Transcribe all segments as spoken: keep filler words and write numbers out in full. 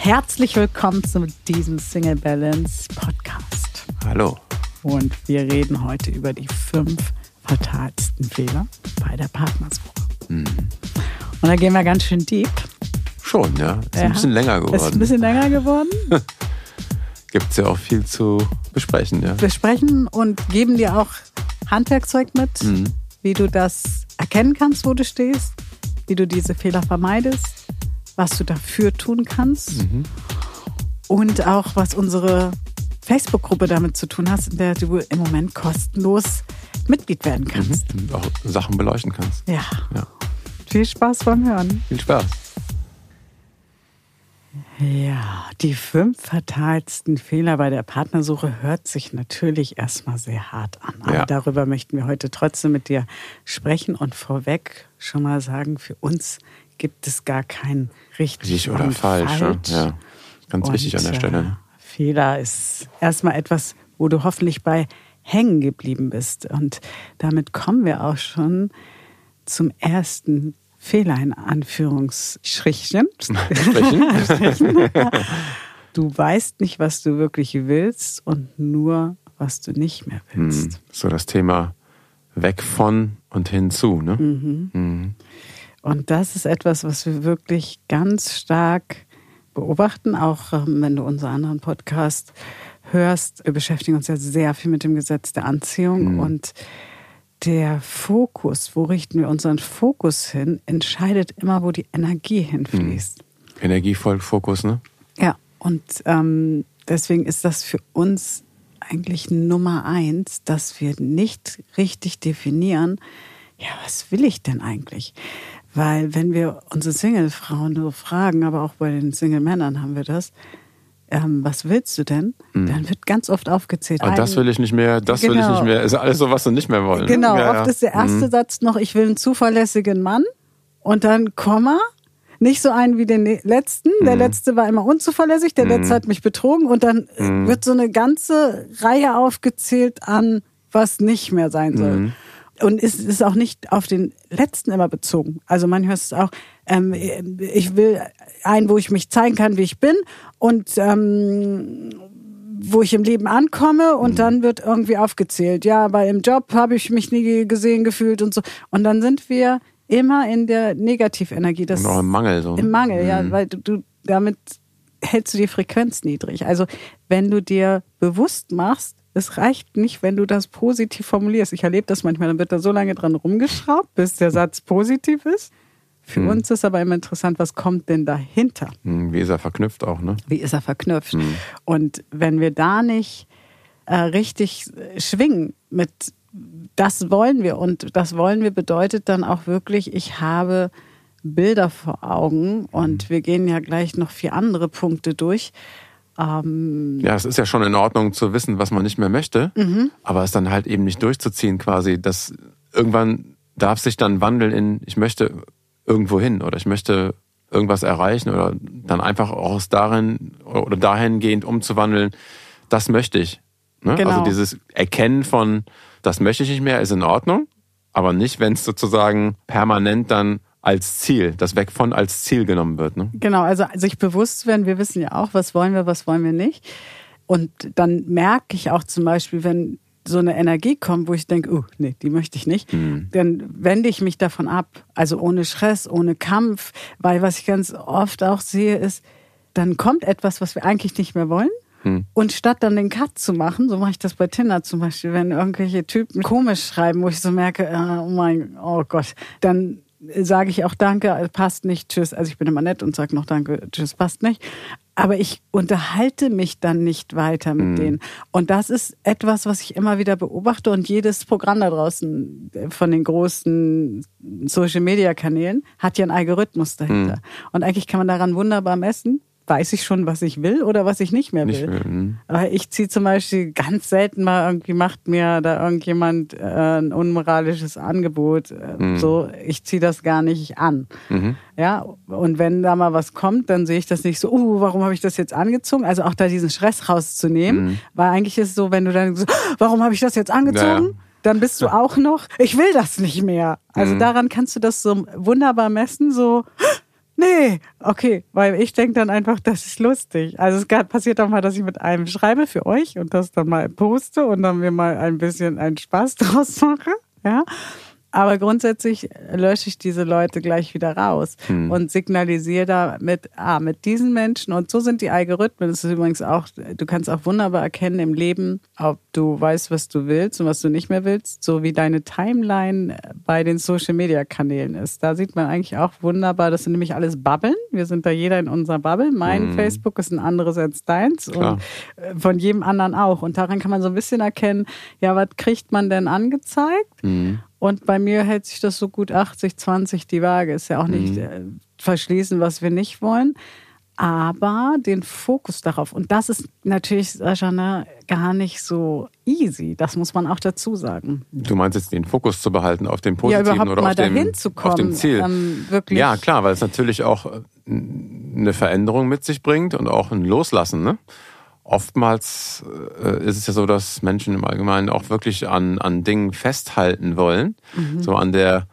Herzlich willkommen zu diesem Single Balance Podcast. Hallo. Und wir reden heute über die fünf fatalsten Fehler bei der Partnersuche. Mhm. Und da gehen wir ganz schön deep. Schon, ja. Ist ja. ein bisschen länger geworden. Ist ein bisschen länger geworden. Gibt es ja auch viel zu besprechen, ja. Besprechen und geben dir auch Handwerkzeug mit, Mhm. wie du das erkennen kannst, wo du stehst, wie du diese Fehler vermeidest, was du dafür tun kannst Mhm. und auch, was unsere Facebook-Gruppe damit zu tun hat, in der du im Moment kostenlos Mitglied werden kannst. Mhm. Und auch Sachen beleuchten kannst. Ja. Ja. Viel Spaß beim Hören. Viel Spaß. Ja, die fünf fatalsten Fehler bei der Partnersuche hört sich natürlich erstmal sehr hart an. Aber Ja. darüber möchten wir heute trotzdem mit dir sprechen und vorweg schon mal sagen, für uns gibt es gar kein richtig, Richtig oder und falsch. falsch. Ja. Ja. Ganz Und, wichtig an der Stelle. Äh, Fehler ist erstmal etwas, wo du hoffentlich bei hängen geblieben bist. Und damit kommen wir auch schon zum ersten Fehler in Anführungsstrichen. Sprechen. Du weißt nicht, was du wirklich willst und nur, was du nicht mehr willst. Mhm. So das Thema weg von und hinzu, ne? Mhm. Mhm. Und das ist etwas, was wir wirklich ganz stark beobachten, auch ähm, wenn du unseren anderen Podcast hörst. Wir beschäftigen uns ja sehr viel mit dem Gesetz der Anziehung Mhm. und der Fokus, wo richten wir unseren Fokus hin, entscheidet immer, wo die Energie hinfließt. Mhm. Energie folgt Fokus, ne? Ja, und ähm, deswegen ist das für uns eigentlich Nummer eins, dass wir nicht richtig definieren, ja, was will ich denn eigentlich? Weil wenn wir unsere Single-Frauen so fragen, aber auch bei den Single-Männern haben wir das, ähm, was willst du denn? Mhm. Dann wird ganz oft aufgezählt. Ah, das will ich nicht mehr, das will ich Genau. nicht mehr. Ist alles so, was wir nicht mehr wollen. ne? Genau, Ja, oft ja. ist der erste Mhm. Satz noch, ich will einen zuverlässigen Mann und dann Komma. Nicht so einen wie den letzten. Der Mhm. letzte war immer unzuverlässig, der Mhm. letzte hat mich betrogen und dann Mhm. wird so eine ganze Reihe aufgezählt an, was nicht mehr sein soll. Mhm. Und es ist auch nicht auf den letzten immer bezogen. Also manchmal ist es auch, ähm, ich will einen, wo ich mich zeigen kann, wie ich bin und ähm, wo ich im Leben ankomme und Mhm. dann wird irgendwie aufgezählt. Ja, aber im Job habe ich mich nie gesehen gefühlt und so. Und dann sind wir immer in der Negativenergie. Das Und auch im Mangel. So. Im Mangel, Mhm. ja, weil du, du damit hältst du die Frequenz niedrig. Also wenn du dir bewusst machst, es reicht nicht, wenn du das positiv formulierst. Ich erlebe das manchmal, dann wird da so lange dran rumgeschraubt, bis der Satz positiv ist. Für Mhm. uns ist aber immer interessant, was kommt denn dahinter? Mhm. Wie ist er verknüpft auch, ne? Wie ist er verknüpft? Mhm. Und wenn wir da nicht äh, richtig schwingen mit das wollen wir und das wollen wir bedeutet dann auch wirklich, ich habe Bilder vor Augen und wir gehen ja gleich noch vier andere Punkte durch. Ähm, Ja, es ist ja schon in Ordnung zu wissen, was man nicht mehr möchte, mhm. aber es dann halt eben nicht durchzuziehen quasi. Das irgendwann darf sich dann wandeln in, ich möchte irgendwo hin oder ich möchte irgendwas erreichen oder dann einfach auch aus darin oder dahingehend umzuwandeln, das möchte ich. Ne? Genau. Also dieses Erkennen von, das möchte ich nicht mehr, ist in Ordnung, aber nicht, wenn es sozusagen permanent dann als Ziel, das Weg von als Ziel genommen wird. Ne? Genau, also sich bewusst werden, wir wissen ja auch, was wollen wir, was wollen wir nicht. Und dann merke ich auch zum Beispiel, wenn so eine Energie kommt, wo ich denke, uh, nee, die möchte ich nicht, Mhm. dann wende ich mich davon ab. Also ohne Stress, ohne Kampf, weil was ich ganz oft auch sehe, ist, dann kommt etwas, was wir eigentlich nicht mehr wollen. Mhm. Und statt dann den Cut zu machen, so mache ich das bei Tinder zum Beispiel, wenn irgendwelche Typen komisch schreiben, wo ich so merke, äh, oh mein, oh Gott, dann sage ich auch Danke, passt nicht, tschüss. Also ich bin immer nett und sage noch Danke, tschüss, passt nicht. Aber ich unterhalte mich dann nicht weiter mit Mhm. denen. Und das ist etwas, was ich immer wieder beobachte. Und jedes Programm da draußen von den großen Social-Media-Kanälen hat ja einen Algorithmus dahinter. Mhm. Und eigentlich kann man daran wunderbar messen, weiß ich schon, was ich will oder was ich nicht mehr will. Nicht mehr, mhm. Aber ich ziehe zum Beispiel ganz selten mal, irgendwie macht mir da irgendjemand äh, ein unmoralisches Angebot. Äh, Mhm. So, ich ziehe das gar nicht an. Mhm. Ja, und wenn da mal was kommt, dann sehe ich das nicht so, uh, warum habe ich das jetzt angezogen? Also auch da diesen Stress rauszunehmen. Mhm. Weil eigentlich ist es so, wenn du dann so, warum habe ich das jetzt angezogen? Ja. Dann bist du auch noch, ich will das nicht mehr. Also Mhm. daran kannst du das so wunderbar messen, so, Nee, okay, weil ich denke dann einfach, das ist lustig. Also es passiert auch mal, dass ich mit einem schreibe für euch und das dann mal poste und dann mir mal ein bisschen einen Spaß draus mache, ja. Aber grundsätzlich lösche ich diese Leute gleich wieder raus hm. und signalisiere damit, ah, mit diesen Menschen, und so sind die Algorithmen. Das ist übrigens auch, du kannst auch wunderbar erkennen im Leben, ob du weißt, was du willst und was du nicht mehr willst, so wie deine Timeline bei den Social-Media-Kanälen ist. Da sieht man eigentlich auch wunderbar, das sind nämlich alles Bubbeln. Wir sind da jeder in unserer Bubble. Mein hm. Facebook ist ein anderes als deins. Klar. Und von jedem anderen auch. Und daran kann man so ein bisschen erkennen, ja, was kriegt man denn angezeigt? Hm. Und bei mir hält sich das so gut achtzig zwanzig die Waage. Ist ja auch nicht mhm. äh, verschließen, was wir nicht wollen. Aber den Fokus darauf. Und das ist natürlich, Sascha, ne, gar nicht so easy. Das muss man auch dazu sagen. Du meinst jetzt den Fokus zu behalten auf dem Positiven ja, überhaupt oder mal auf, dem, dahin zu kommen, auf dem Ziel? Ähm, wirklich. Ja, klar, weil es natürlich auch eine Veränderung mit sich bringt und auch ein Loslassen, ne? Oftmals äh, ist es ja so, dass Menschen im Allgemeinen auch wirklich an, an Dingen festhalten wollen, mhm. so an der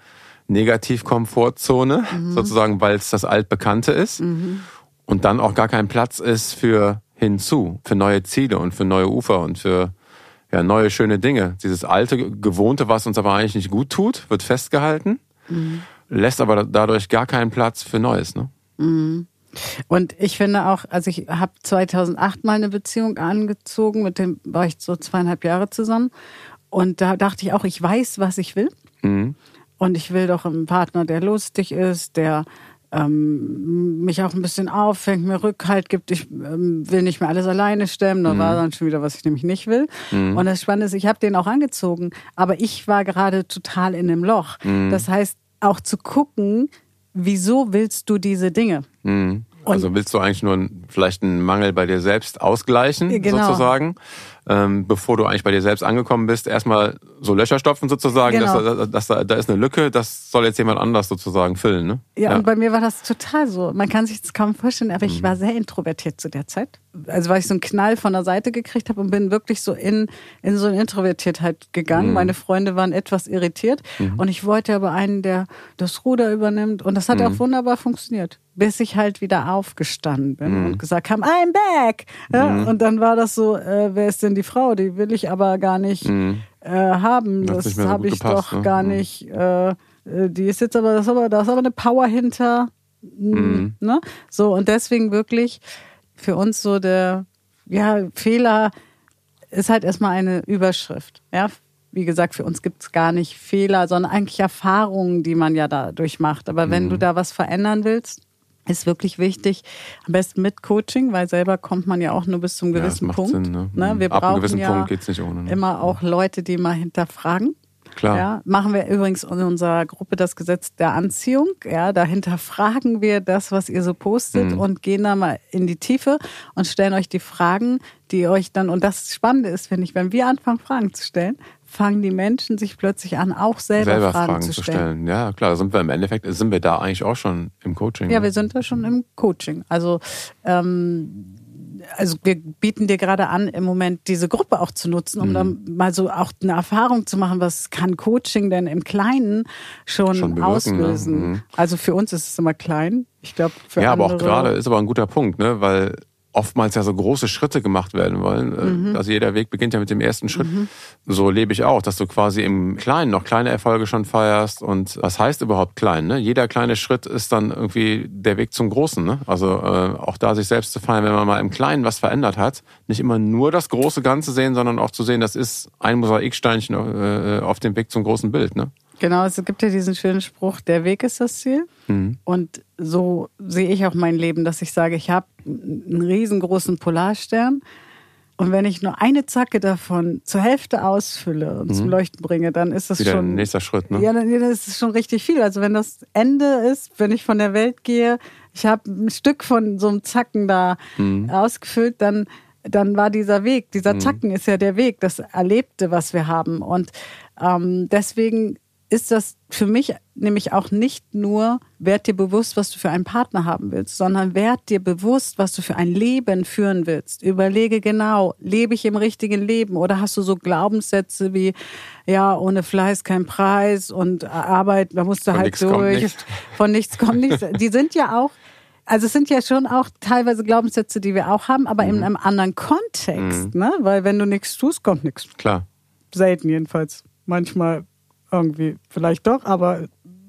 Negativkomfortzone, mhm. sozusagen, weil es das Altbekannte ist mhm. und dann auch gar kein Platz ist für hinzu, für neue Ziele und für neue Ufer und für ja, neue schöne Dinge. Dieses alte, gewohnte, was uns aber eigentlich nicht gut tut, wird festgehalten, mhm. lässt aber dadurch gar keinen Platz für Neues, ne? Mhm. Und ich finde auch, also ich habe zweitausendacht mal eine Beziehung angezogen, mit dem war ich so zweieinhalb Jahre zusammen. Und da dachte ich auch, ich weiß, was ich will. Mhm. Und ich will doch einen Partner, der lustig ist, der ähm, mich auch ein bisschen auffängt, mir Rückhalt gibt. Ich ähm, will nicht mehr alles alleine stemmen. Da mhm. war dann schon wieder, was ich nämlich nicht will. Mhm. Und das Spannende ist, ich habe den auch angezogen, aber ich war gerade total in einem Loch. Mhm. Das heißt, auch zu gucken, wieso willst du diese Dinge? Mhm. Also willst du eigentlich nur vielleicht einen Mangel bei dir selbst ausgleichen, genau. sozusagen, ähm, bevor du eigentlich bei dir selbst angekommen bist, erstmal so Löcher stopfen sozusagen, genau. dass, dass, dass da, da ist eine Lücke, das soll jetzt jemand anders sozusagen füllen, ne? Ja, ja, und bei mir war das total so. Man kann sich das kaum vorstellen, aber ich war sehr introvertiert zu der Zeit. Also weil ich so einen Knall von der Seite gekriegt habe und bin wirklich so in, in so eine Introvertiertheit gegangen. Mhm. Meine Freunde waren etwas irritiert mhm. und ich wollte aber einen, der das Ruder übernimmt, und das hat mhm. auch wunderbar funktioniert. Bis ich halt wieder aufgestanden bin mhm. und gesagt habe, I'm back. Ja, mhm. Und dann war das so, äh, wer ist denn die Frau? Die will ich aber gar nicht mhm. äh, haben. Das, das so habe ich gepasst, doch ne? gar mhm. nicht. Äh, die ist jetzt aber, das ist aber, da ist aber eine Power hinter. Mhm. Ne? So, und deswegen wirklich für uns so der ja, Fehler ist halt erstmal eine Überschrift. Ja, wie gesagt, für uns gibt es gar nicht Fehler, sondern eigentlich Erfahrungen, die man ja dadurch macht. Aber wenn mhm. du da was verändern willst, ist wirklich wichtig, am besten mit Coaching, weil selber kommt man ja auch nur bis zum gewissen ja, Punkt. Sinn, ne? Ne? Wir Ab brauchen einem gewissen ja Punkt geht's nicht ohne, ne? immer auch Leute, die mal hinterfragen. Klar. Ja, machen wir übrigens in unserer Gruppe das Gesetz der Anziehung. Ja, da hinterfragen wir das, was ihr so postet mhm. und gehen da mal in die Tiefe und stellen euch die Fragen, die euch dann, und das Spannende ist, finde ich, wenn wir anfangen, Fragen zu stellen, fangen die Menschen sich plötzlich an, auch selber, selber Fragen, Fragen zu zu stellen. stellen. Ja, klar, sind wir im Endeffekt, sind wir da eigentlich auch schon im Coaching. Ja, wir sind da schon im Coaching. Also, ähm, also wir bieten dir gerade an, im Moment diese Gruppe auch zu nutzen, um mhm. dann mal so auch eine Erfahrung zu machen, was kann Coaching denn im Kleinen schon, schon bewirken, auslösen. Ne? Mhm. Also für uns ist es immer klein. Ich glaube, für ja, andere... aber auch gerade ist aber ein guter Punkt, ne, weil oftmals ja so große Schritte gemacht werden wollen. Mhm. Also jeder Weg beginnt ja mit dem ersten Schritt. Mhm. So lebe ich auch, dass du quasi im Kleinen noch kleine Erfolge schon feierst. Und was heißt überhaupt klein? Ne? Jeder kleine Schritt ist dann irgendwie der Weg zum Großen. Ne? Also äh, auch da sich selbst zu feiern, wenn man mal im Kleinen was verändert hat. Nicht immer nur das große Ganze sehen, sondern auch zu sehen, das ist ein Mosaiksteinchen äh, auf dem Weg zum großen Bild. Ne? Genau, es gibt ja diesen schönen Spruch, der Weg ist das Ziel. Mhm. Und so sehe ich auch mein Leben, dass ich sage, ich habe einen riesengroßen Polarstern und wenn ich nur eine Zacke davon zur Hälfte ausfülle und mhm. zum Leuchten bringe, dann ist das wieder schon... ein nächster Schritt, ne? Ja, dann ist es schon richtig viel. Also wenn das Ende ist, wenn ich von der Welt gehe, ich habe ein Stück von so einem Zacken da mhm. ausgefüllt, dann, dann war dieser Weg, dieser Zacken mhm. ist ja der Weg, das Erlebte, was wir haben. Und ähm, deswegen... ist das für mich nämlich auch nicht nur, werd dir bewusst, was du für einen Partner haben willst, sondern werd dir bewusst, was du für ein Leben führen willst. Überlege genau, lebe ich im richtigen Leben oder hast du so Glaubenssätze wie, ja, ohne Fleiß kein Preis und Arbeit, da musst du Von halt nichts durch. kommt nichts. Von nichts kommt nichts. Die sind ja auch, also es sind ja schon auch teilweise Glaubenssätze, die wir auch haben, aber mhm. in einem anderen Kontext, mhm. ne? Weil wenn du nichts tust, kommt nichts. Klar. Selten jedenfalls. Manchmal irgendwie vielleicht doch, aber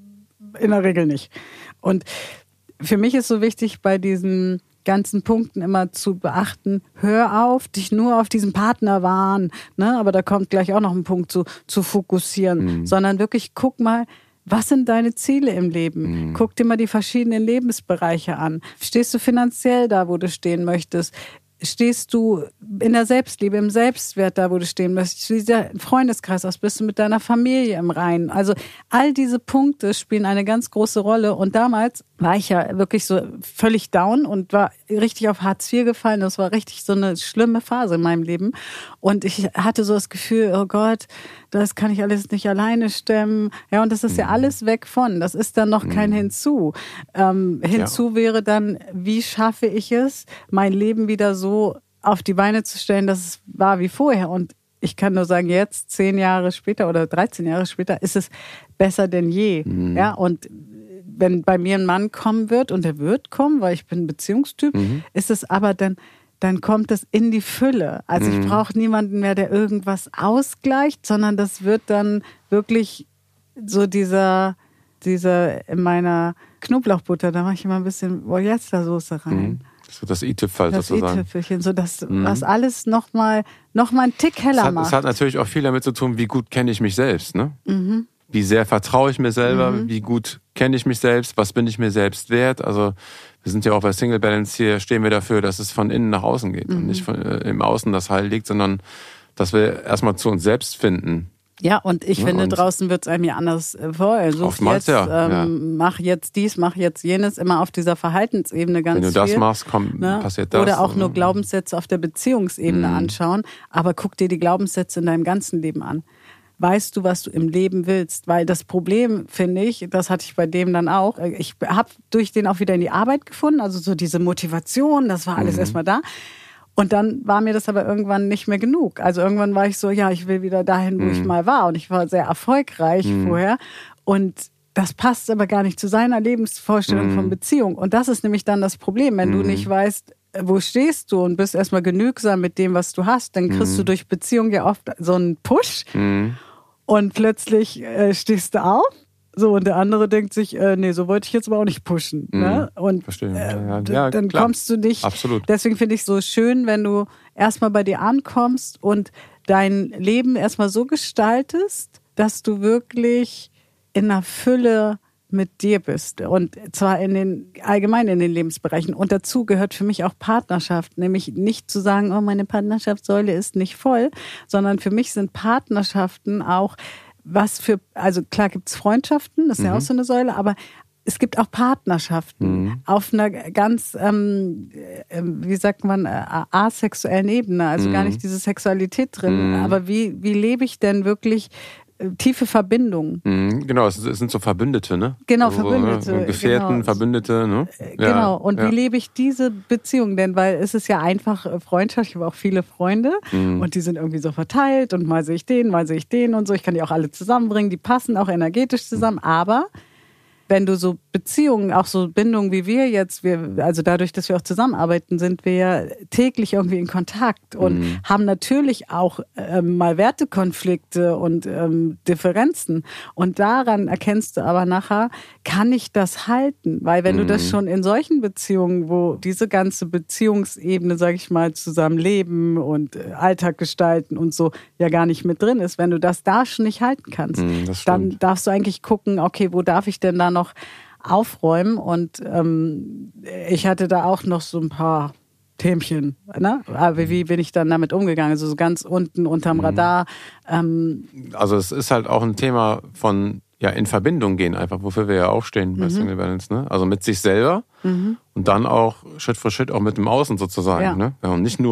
in der Regel nicht. Und für mich ist so wichtig, bei diesen ganzen Punkten immer zu beachten, hör auf, dich nur auf diesen Partnerwahn, ne? Aber da kommt gleich auch noch ein Punkt zu, zu fokussieren, mhm. sondern wirklich guck mal, was sind deine Ziele im Leben? Mhm. Guck dir mal die verschiedenen Lebensbereiche an. Stehst du finanziell da, wo du stehen möchtest? Stehst du in der Selbstliebe, im Selbstwert da, wo du stehen möchtest? Wie sieht der Freundeskreis aus? Bist du mit deiner Familie im Reinen? Also all diese Punkte spielen eine ganz große Rolle. Und damals war ich ja wirklich so völlig down und war richtig auf Hartz vier gefallen. Das war richtig so eine schlimme Phase in meinem Leben. Und ich hatte so das Gefühl, oh Gott, das kann ich alles nicht alleine stemmen. Ja, und das ist ja alles weg von. Das ist dann noch kein Hinzu. Ähm, hinzu ja. wäre dann, wie schaffe ich es, mein Leben wieder so so auf die Beine zu stellen, dass es war wie vorher. Und ich kann nur sagen, jetzt, zehn Jahre später oder dreizehn Jahre später, ist es besser denn je. Mhm. Ja, und wenn bei mir ein Mann kommen wird, und er wird kommen, weil ich bin ein Beziehungstyp, mhm. ist es aber dann, dann kommt es in die Fülle. Also mhm. ich brauche niemanden mehr, der irgendwas ausgleicht, sondern das wird dann wirklich so dieser, dieser in meiner Knoblauchbutter, da mache ich immer ein bisschen Wolfssoße rein. Mhm. So das i-Tüpfel das sozusagen. Das i-Tüpfelchen, so dass mhm. was alles nochmal noch mal einen Tick heller es hat, macht. Es hat natürlich auch viel damit zu tun, wie gut kenne ich mich selbst. Ne? Mhm. Wie sehr vertraue ich mir selber, mhm. wie gut kenne ich mich selbst, was bin ich mir selbst wert. Also wir sind ja auch bei Single Balance hier, stehen wir dafür, dass es von innen nach außen geht mhm. und nicht von, äh, im Außen das Heil liegt, sondern dass wir erstmal zu uns selbst finden. Ja, und ich ja, finde, und draußen wird es einem ja anders vor. Such jetzt, ja, ähm, ja. mach jetzt dies, mach jetzt jenes, immer auf dieser Verhaltensebene ganz viel. Wenn du das viel, machst, komm, ne? passiert das. Oder auch nur Glaubenssätze auf der Beziehungsebene mhm. anschauen. Aber guck dir die Glaubenssätze in deinem ganzen Leben an. Weißt du, was du im Leben willst? Weil das Problem, finde ich, das hatte ich bei dem dann auch, ich habe durch den auch wieder in die Arbeit gefunden, also so diese Motivation, das war alles mhm. erstmal da. Und dann war mir das aber irgendwann nicht mehr genug. Also irgendwann war ich so, ja, ich will wieder dahin, wo mhm. ich mal war. Und ich war sehr erfolgreich mhm. vorher. Und das passt aber gar nicht zu seiner Lebensvorstellung mhm. von Beziehung. Und das ist nämlich dann das Problem. Wenn mhm. du nicht weißt, wo stehst du und bist erstmal genügsam mit dem, was du hast, dann kriegst mhm. du durch Beziehung ja oft so einen Push. Mhm. Und plötzlich äh, stehst du auf. So, und der andere denkt sich, äh, nee, so wollte ich jetzt aber auch nicht pushen. Mhm. Ne? Und Verstehe. Ja, ja. Äh, Ja, dann klar. kommst du nicht. Absolut. Deswegen finde ich es so schön, wenn du erstmal bei dir ankommst und dein Leben erstmal so gestaltest, dass du wirklich in einer Fülle mit dir bist. Und zwar in den, allgemein in den Lebensbereichen. Und dazu gehört für mich auch Partnerschaft. Nämlich nicht zu sagen, oh, meine Partnerschaftssäule ist nicht voll, sondern für mich sind Partnerschaften auch was für, also klar gibt's Freundschaften, das ist mhm. ja auch so eine Säule, aber es gibt auch Partnerschaften mhm. auf einer ganz, ähm, äh, wie sagt man, äh, asexuellen Ebene, also mhm. gar nicht diese Sexualität drin. Mhm. Aber wie, wie lebe ich denn wirklich äh, tiefe Verbindungen? Mhm. Genau, es sind so Verbündete, ne? Genau, also, Verbündete. So, ne? Gefährten, genau. Verbündete, ne? Ja, genau, und ja. wie lebe ich diese Beziehung denn? Weil es ist ja einfach Freundschaft, ich habe auch viele Freunde mhm. und die sind irgendwie so verteilt und mal sehe ich den, mal sehe ich den und so. Ich kann die auch alle zusammenbringen, die passen auch energetisch zusammen, mhm. aber wenn du so Beziehungen, auch so Bindungen wie wir jetzt, wir, also dadurch, dass wir auch zusammenarbeiten, sind wir ja täglich irgendwie in Kontakt und mhm. haben natürlich auch ähm, mal Wertekonflikte und ähm, Differenzen. Und daran erkennst du aber nachher, kann ich das halten? Weil wenn mhm. du das schon in solchen Beziehungen, wo diese ganze Beziehungsebene, sag ich mal, zusammenleben und Alltag gestalten und so ja gar nicht mit drin ist, wenn du das da schon nicht halten kannst, mhm, dann darfst du eigentlich gucken, okay, wo darf ich denn da noch aufräumen? Und ähm, ich hatte da auch noch so ein paar Themchen, ne? Aber wie bin ich dann damit umgegangen? Also so ganz unten unterm Radar. Ähm, also es ist halt auch ein Thema von ja in Verbindung gehen einfach, wofür wir ja auch stehen bei mhm. Single Balance, ne? Also mit sich selber mhm. und dann auch Schritt für Schritt auch mit dem Außen sozusagen, ja. ne? Und nicht nur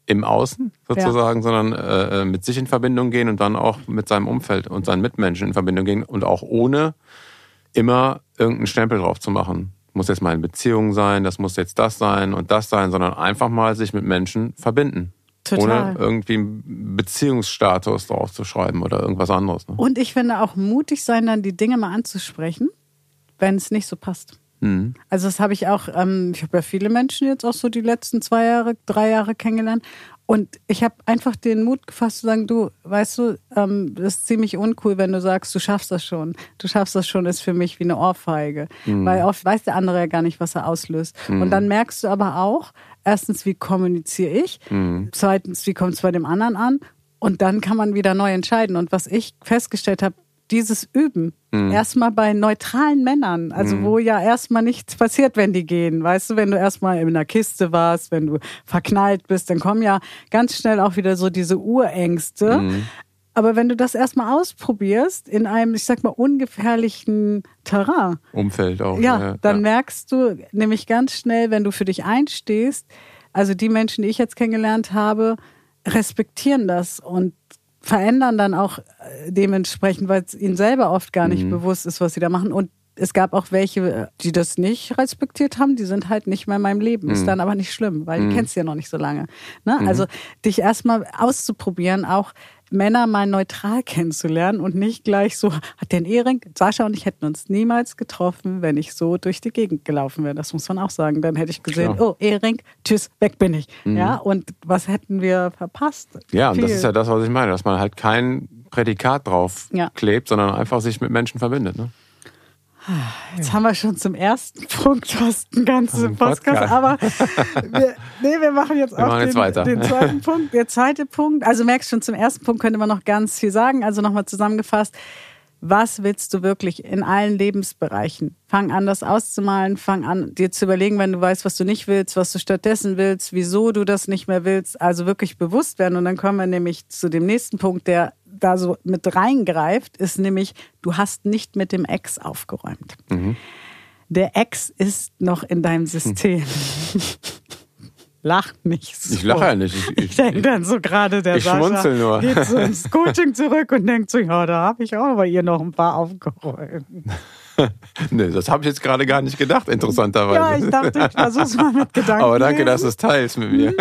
im Außen sozusagen, ja. sondern äh, mit sich in Verbindung gehen und dann auch mit seinem Umfeld und seinen Mitmenschen in Verbindung gehen und auch ohne immer irgendeinen Stempel drauf zu machen. Muss jetzt mal in Beziehung sein, das muss jetzt das sein und das sein, sondern einfach mal sich mit Menschen verbinden. Total. Ohne irgendwie einen Beziehungsstatus drauf zu schreiben oder irgendwas anderes. Ne? Und ich finde auch mutig sein, dann die Dinge mal anzusprechen, wenn es nicht so passt. Mhm. Also das habe ich auch, ähm, ich habe ja viele Menschen jetzt auch so die letzten zwei Jahre, drei Jahre kennengelernt und ich habe einfach den Mut gefasst zu sagen, du, weißt du, ähm, das ist ziemlich uncool, wenn du sagst, du schaffst das schon. Du schaffst das schon, ist für mich wie eine Ohrfeige. Mhm. Weil oft weiß der andere ja gar nicht, was er auslöst. Mhm. Und dann merkst du aber auch, erstens, wie kommuniziere ich? Mhm. Zweitens, wie kommt es bei dem anderen an? Und dann kann man wieder neu entscheiden. Und was ich festgestellt habe, dieses Üben, mhm. erstmal bei neutralen Männern, also mhm. wo ja erstmal nichts passiert, wenn die gehen. Weißt du, wenn du erstmal in einer Kiste warst, wenn du verknallt bist, dann kommen ja ganz schnell auch wieder so diese Urängste. Mhm. Aber wenn du das erstmal ausprobierst, in einem, ich sag mal, ungefährlichen Terrain. Umfeld auch. Ja, ja dann ja. merkst du nämlich ganz schnell, wenn du für dich einstehst, also die Menschen, die ich jetzt kennengelernt habe, respektieren das und verändern dann auch dementsprechend, weil es ihnen selber oft gar nicht mhm. bewusst ist, was sie da machen. Und es gab auch welche, die das nicht respektiert haben, die sind halt nicht mehr in meinem Leben. Mhm. Ist dann aber nicht schlimm, weil mhm. die kennst du ja noch nicht so lange. Ne? Mhm. Also dich erstmal auszuprobieren, auch Männer mal neutral kennenzulernen und nicht gleich so, hat der einen Ehering? Sascha und ich hätten uns niemals getroffen, wenn ich so durch die Gegend gelaufen wäre. Das muss man auch sagen. Dann hätte ich gesehen, Klar. oh, Ehering, tschüss, weg bin ich. Mhm. Ja, und was hätten wir verpasst? Ja, Viel. und das ist ja das, was ich meine, dass man halt kein Prädikat drauf ja. klebt, sondern einfach sich mit Menschen verbindet. Ne? Jetzt haben wir schon zum ersten Punkt fast einen ganzen Podcast, aber wir, nee, wir machen jetzt wir auch machen jetzt den, weiter. den zweiten Punkt. Der zweite Punkt, also merkst schon, zum ersten Punkt könnte man noch ganz viel sagen, also nochmal zusammengefasst, was willst du wirklich in allen Lebensbereichen? Fang an, das auszumalen, fang an, dir zu überlegen, wenn du weißt, was du nicht willst, was du stattdessen willst, wieso du das nicht mehr willst, also wirklich bewusst werden. Und dann kommen wir nämlich zu dem nächsten Punkt, der da so mit reingreift, ist nämlich, du hast nicht mit dem Ex aufgeräumt. Mhm. Der Ex ist noch in deinem System. Hm. Lach nicht so. Ich lache ja nicht. Ich, ich, ich denke dann so gerade, der ich Sascha schmunzel nur. geht so ins Coaching zurück und denkt so, ja, da habe ich auch bei ihr noch ein paar aufgeräumt. Nee, das habe ich jetzt gerade gar nicht gedacht, interessanterweise. Ja, ich dachte, ich versuch's mal mit Gedanken. Aber danke, dass du es teilst mit mir.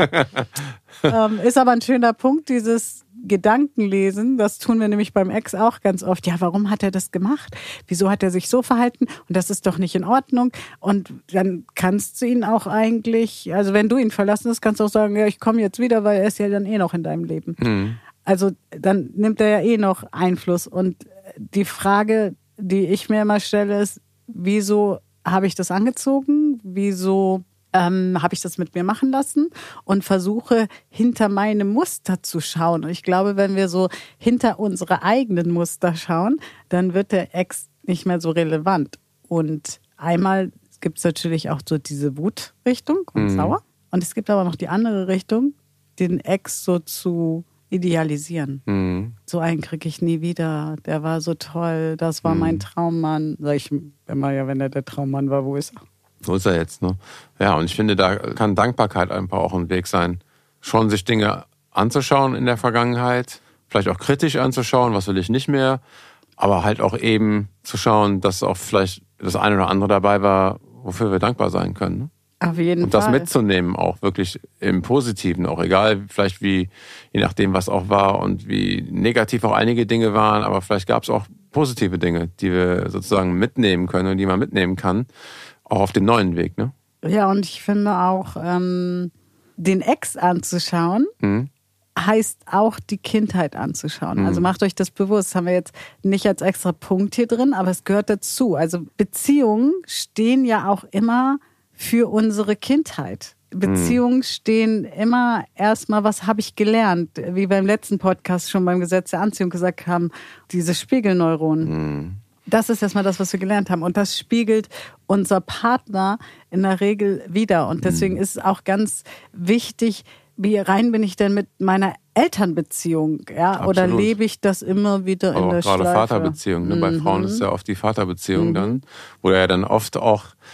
ähm, ist aber ein schöner Punkt, dieses Gedankenlesen. Das tun wir nämlich beim Ex auch ganz oft. Ja, warum hat er das gemacht? Wieso hat er sich so verhalten? Und das ist doch nicht in Ordnung. Und dann kannst du ihn auch eigentlich, also wenn du ihn verlassen hast, kannst du auch sagen, ja, ich komme jetzt wieder, weil er ist ja dann eh noch in deinem Leben. Mhm. Also dann nimmt er ja eh noch Einfluss. Und die Frage, die ich mir immer stelle, ist, wieso habe ich das angezogen? Wieso ähm, habe ich das mit mir machen lassen? Und versuche, hinter meine Muster zu schauen. Und ich glaube, wenn wir so hinter unsere eigenen Muster schauen, dann wird der Ex nicht mehr so relevant. Und einmal gibt es natürlich auch so diese Wutrichtung und mhm. sauer. Und es gibt aber noch die andere Richtung, den Ex so zu idealisieren. Mhm. So einen kriege ich nie wieder. Der war so toll. Das war mhm. mein Traummann. Sag ich immer, ja, wenn er der Traummann war, wo ist er? So ist er jetzt, ne? Ja, und ich finde, da kann Dankbarkeit einfach auch ein Weg sein, schon sich Dinge anzuschauen in der Vergangenheit, vielleicht auch kritisch anzuschauen, was will ich nicht mehr, aber halt auch eben zu schauen, dass auch vielleicht das eine oder andere dabei war, wofür wir dankbar sein können. Ne? Auf jeden Fall. Und das mitzunehmen, auch wirklich im Positiven, auch egal, vielleicht wie, je nachdem, was auch war und wie negativ auch einige Dinge waren, aber vielleicht gab es auch positive Dinge, die wir sozusagen mitnehmen können und die man mitnehmen kann, auch auf den neuen Weg, ne? Ja, und ich finde auch, ähm, den Ex anzuschauen, mhm. heißt auch die Kindheit anzuschauen. Mhm. Also macht euch das bewusst. Das haben wir jetzt nicht als extra Punkt hier drin, aber es gehört dazu. Also Beziehungen stehen ja auch immer für unsere Kindheit. Beziehungen stehen immer erstmal, was habe ich gelernt? Wie beim letzten Podcast schon beim Gesetz der Anziehung gesagt haben, diese Spiegelneuronen. Mhm. Das ist erstmal das, was wir gelernt haben. Und das spiegelt unser Partner in der Regel wider. Und deswegen mhm. ist es auch ganz wichtig, wie rein bin ich denn mit meiner Elternbeziehung? Ja? Oder lebe ich das immer wieder aber in der Schleife? Gerade Vaterbeziehung. Ne? Mhm. Bei Frauen ist es ja oft die Vaterbeziehung mhm. dann, wo ja dann oft auch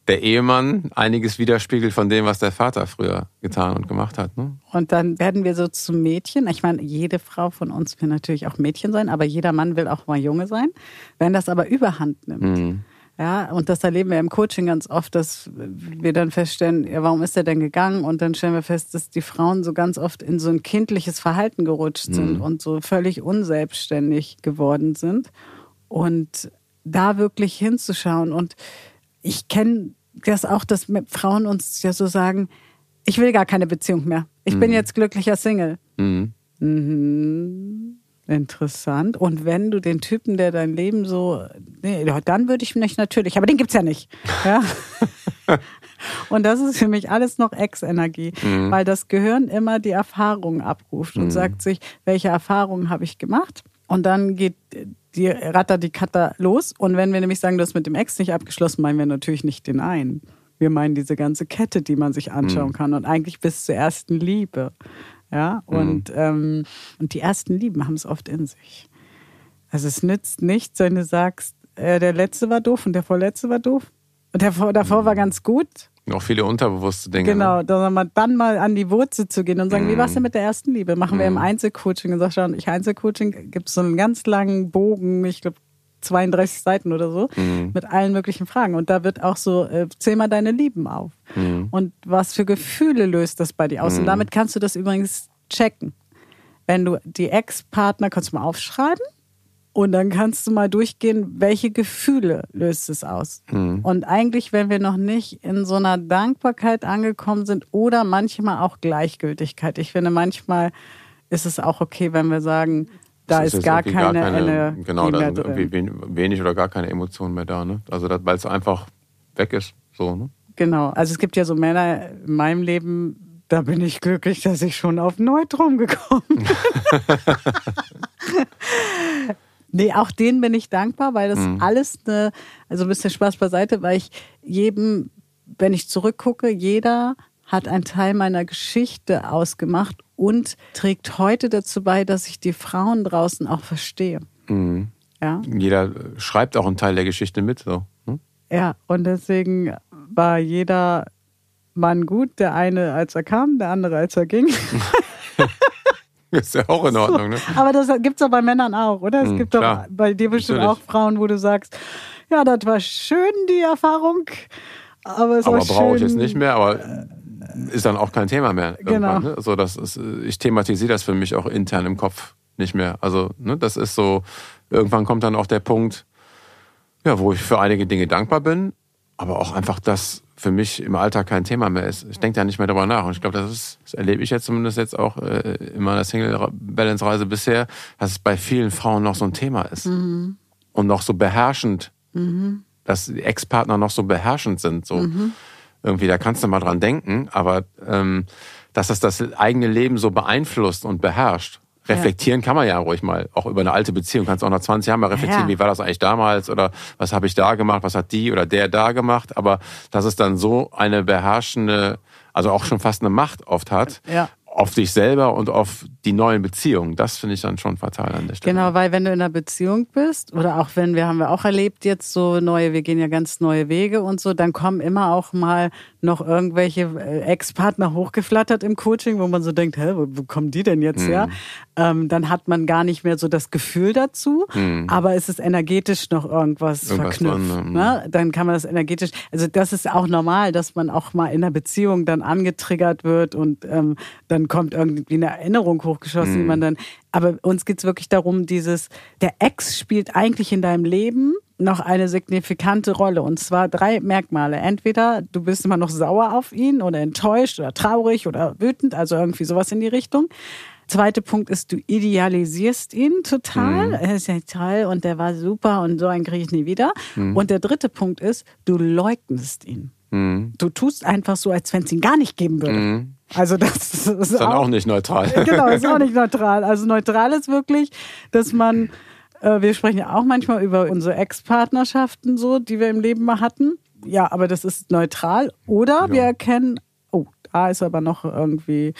der Ehemann einiges widerspiegelt von dem, was der Vater früher getan und gemacht hat. Ne? Und dann werden wir so zu Mädchen. Ich meine, jede Frau von uns will natürlich auch Mädchen sein, aber jeder Mann will auch mal Junge sein. Wenn das aber Überhand nimmt, mhm. ja, und das erleben wir im Coaching ganz oft, dass wir dann feststellen, ja, warum ist er denn gegangen? Und dann stellen wir fest, dass die Frauen so ganz oft in so ein kindliches Verhalten gerutscht sind mhm. und so völlig unselbstständig geworden sind. Und da wirklich hinzuschauen. Und ich kenne das auch, dass Frauen uns ja so sagen, ich will gar keine Beziehung mehr. Ich mhm. bin jetzt glücklicher Single. Mhm. Mhm. Interessant. Und wenn du den Typen, der dein Leben so, nee, dann würde ich mich natürlich, aber den gibt's ja nicht. Ja. Und das ist für mich alles noch Ex-Energie, mhm. weil das Gehirn immer die Erfahrungen abruft und mhm. sagt sich, welche Erfahrungen habe ich gemacht? Und dann geht die Ratter die Katter los. Und wenn wir nämlich sagen, du hast mit dem Ex nicht abgeschlossen, meinen wir natürlich nicht den einen. Wir meinen diese ganze Kette, die man sich anschauen mhm. kann und eigentlich bis zur ersten Liebe. Ja, und, mhm. ähm, und die ersten Lieben haben es oft in sich. Also es nützt nichts, wenn du sagst, äh, der letzte war doof und der vorletzte war doof und der vor, davor mhm. war ganz gut. Noch viele unterbewusste Dinge. Genau, ne? dann, dann mal an die Wurzel zu gehen und sagen, mhm. wie war's denn mit der ersten Liebe? Machen mhm. wir im Einzelcoaching. Und sag schon, ich Einzelcoaching, gibt es so einen ganz langen Bogen, ich glaube zweiunddreißig Seiten oder so, mhm. mit allen möglichen Fragen. Und da wird auch so, äh, zähl mal deine Lieben auf. Mhm. Und was für Gefühle löst das bei dir aus? Mhm. Und damit kannst du das übrigens checken. Wenn du die Ex-Partner, kannst du mal aufschreiben und dann kannst du mal durchgehen, welche Gefühle löst es aus. Mhm. Und eigentlich, wenn wir noch nicht in so einer Dankbarkeit angekommen sind oder manchmal auch Gleichgültigkeit. Ich finde, manchmal ist es auch okay, wenn wir sagen, da ist, ist gar keine, gar keine Energie genau, da mehr sind irgendwie wenig oder gar keine Emotionen mehr da. Ne? Also weil es einfach weg ist. So, ne? Genau. Also es gibt ja so Männer in meinem Leben, da bin ich glücklich, dass ich schon auf Neutrum gekommen bin. Nee, auch denen bin ich dankbar, weil das mhm. alles eine, also ein bisschen Spaß beiseite, weil ich jedem, wenn ich zurückgucke, jeder hat einen Teil meiner Geschichte ausgemacht und trägt heute dazu bei, dass ich die Frauen draußen auch verstehe. Mhm. Ja? Jeder schreibt auch einen Teil der Geschichte mit. So. Hm? Ja, und deswegen war jeder Mann gut. Der eine, als er kam, der andere, als er ging. Ist ja auch in Ordnung, ne? So. Aber das gibt es auch bei Männern auch, oder? Es mhm, gibt doch bei dir bestimmt Natürlich. Auch Frauen, wo du sagst, ja, das war schön, die Erfahrung, aber es aber war schön. Aber brauche ich jetzt nicht mehr, aber ist dann auch kein Thema mehr. Genau. Ne? Also das ist, ich thematisiere das für mich auch intern im Kopf nicht mehr. Also ne, das ist so, irgendwann kommt dann auch der Punkt, ja, wo ich für einige Dinge dankbar bin, aber auch einfach das für mich im Alltag kein Thema mehr ist. Ich denke da nicht mehr drüber nach. Und ich glaube, das ist, das erlebe ich jetzt zumindest jetzt auch äh, in meiner Single-Balance-Reise bisher, dass es bei vielen Frauen noch so ein Thema ist. Mhm. Und noch so beherrschend, mhm. dass die Ex-Partner noch so beherrschend sind. So. Mhm. Irgendwie, da kannst du mal dran denken, aber ähm, dass das das eigene Leben so beeinflusst und beherrscht. Reflektieren ja. kann man ja ruhig mal, auch über eine alte Beziehung. Kannst auch nach zwanzig Jahren mal reflektieren, ja. wie war das eigentlich damals oder was habe ich da gemacht, was hat die oder der da gemacht. Aber dass es dann so eine beherrschende, also auch schon fast eine Macht oft hat, ja. auf dich selber und auf die neuen Beziehungen. Das finde ich dann schon fatal an der Stelle. Genau, weil wenn du in einer Beziehung bist oder auch wenn wir, haben wir auch erlebt jetzt so neue, wir gehen ja ganz neue Wege und so, dann kommen immer auch mal noch irgendwelche Ex-Partner hochgeflattert im Coaching, wo man so denkt, hä, wo, wo kommen die denn jetzt mhm. her? Ähm, dann hat man gar nicht mehr so das Gefühl dazu, mhm. aber es ist energetisch noch irgendwas, irgendwas verknüpft. Dran, ne? Dann kann man das energetisch, also das ist auch normal, dass man auch mal in einer Beziehung dann angetriggert wird und ähm, dann kommt irgendwie eine Erinnerung hochgeschossen, mhm. die man dann, aber uns geht's wirklich darum, dieses, der Ex spielt eigentlich in deinem Leben noch eine signifikante Rolle. Und zwar drei Merkmale. Entweder du bist immer noch sauer auf ihn oder enttäuscht oder traurig oder wütend, also irgendwie sowas in die Richtung. Zweiter Punkt ist, du idealisierst ihn total. Mhm. Er ist ja toll und der war super und so einen kriege ich nie wieder. Mhm. Und der dritte Punkt ist, du leugnest ihn. Mhm. Du tust einfach so, als wenn es ihn gar nicht geben würde. Mhm. Also das ist, ist dann auch, auch nicht neutral. Genau, ist auch nicht neutral. Also neutral ist wirklich, dass man, äh, wir sprechen ja auch manchmal über unsere Ex-Partnerschaften so, die wir im Leben mal hatten. Ja, aber das ist neutral. Oder ja. wir erkennen, oh, da ist aber noch irgendwie,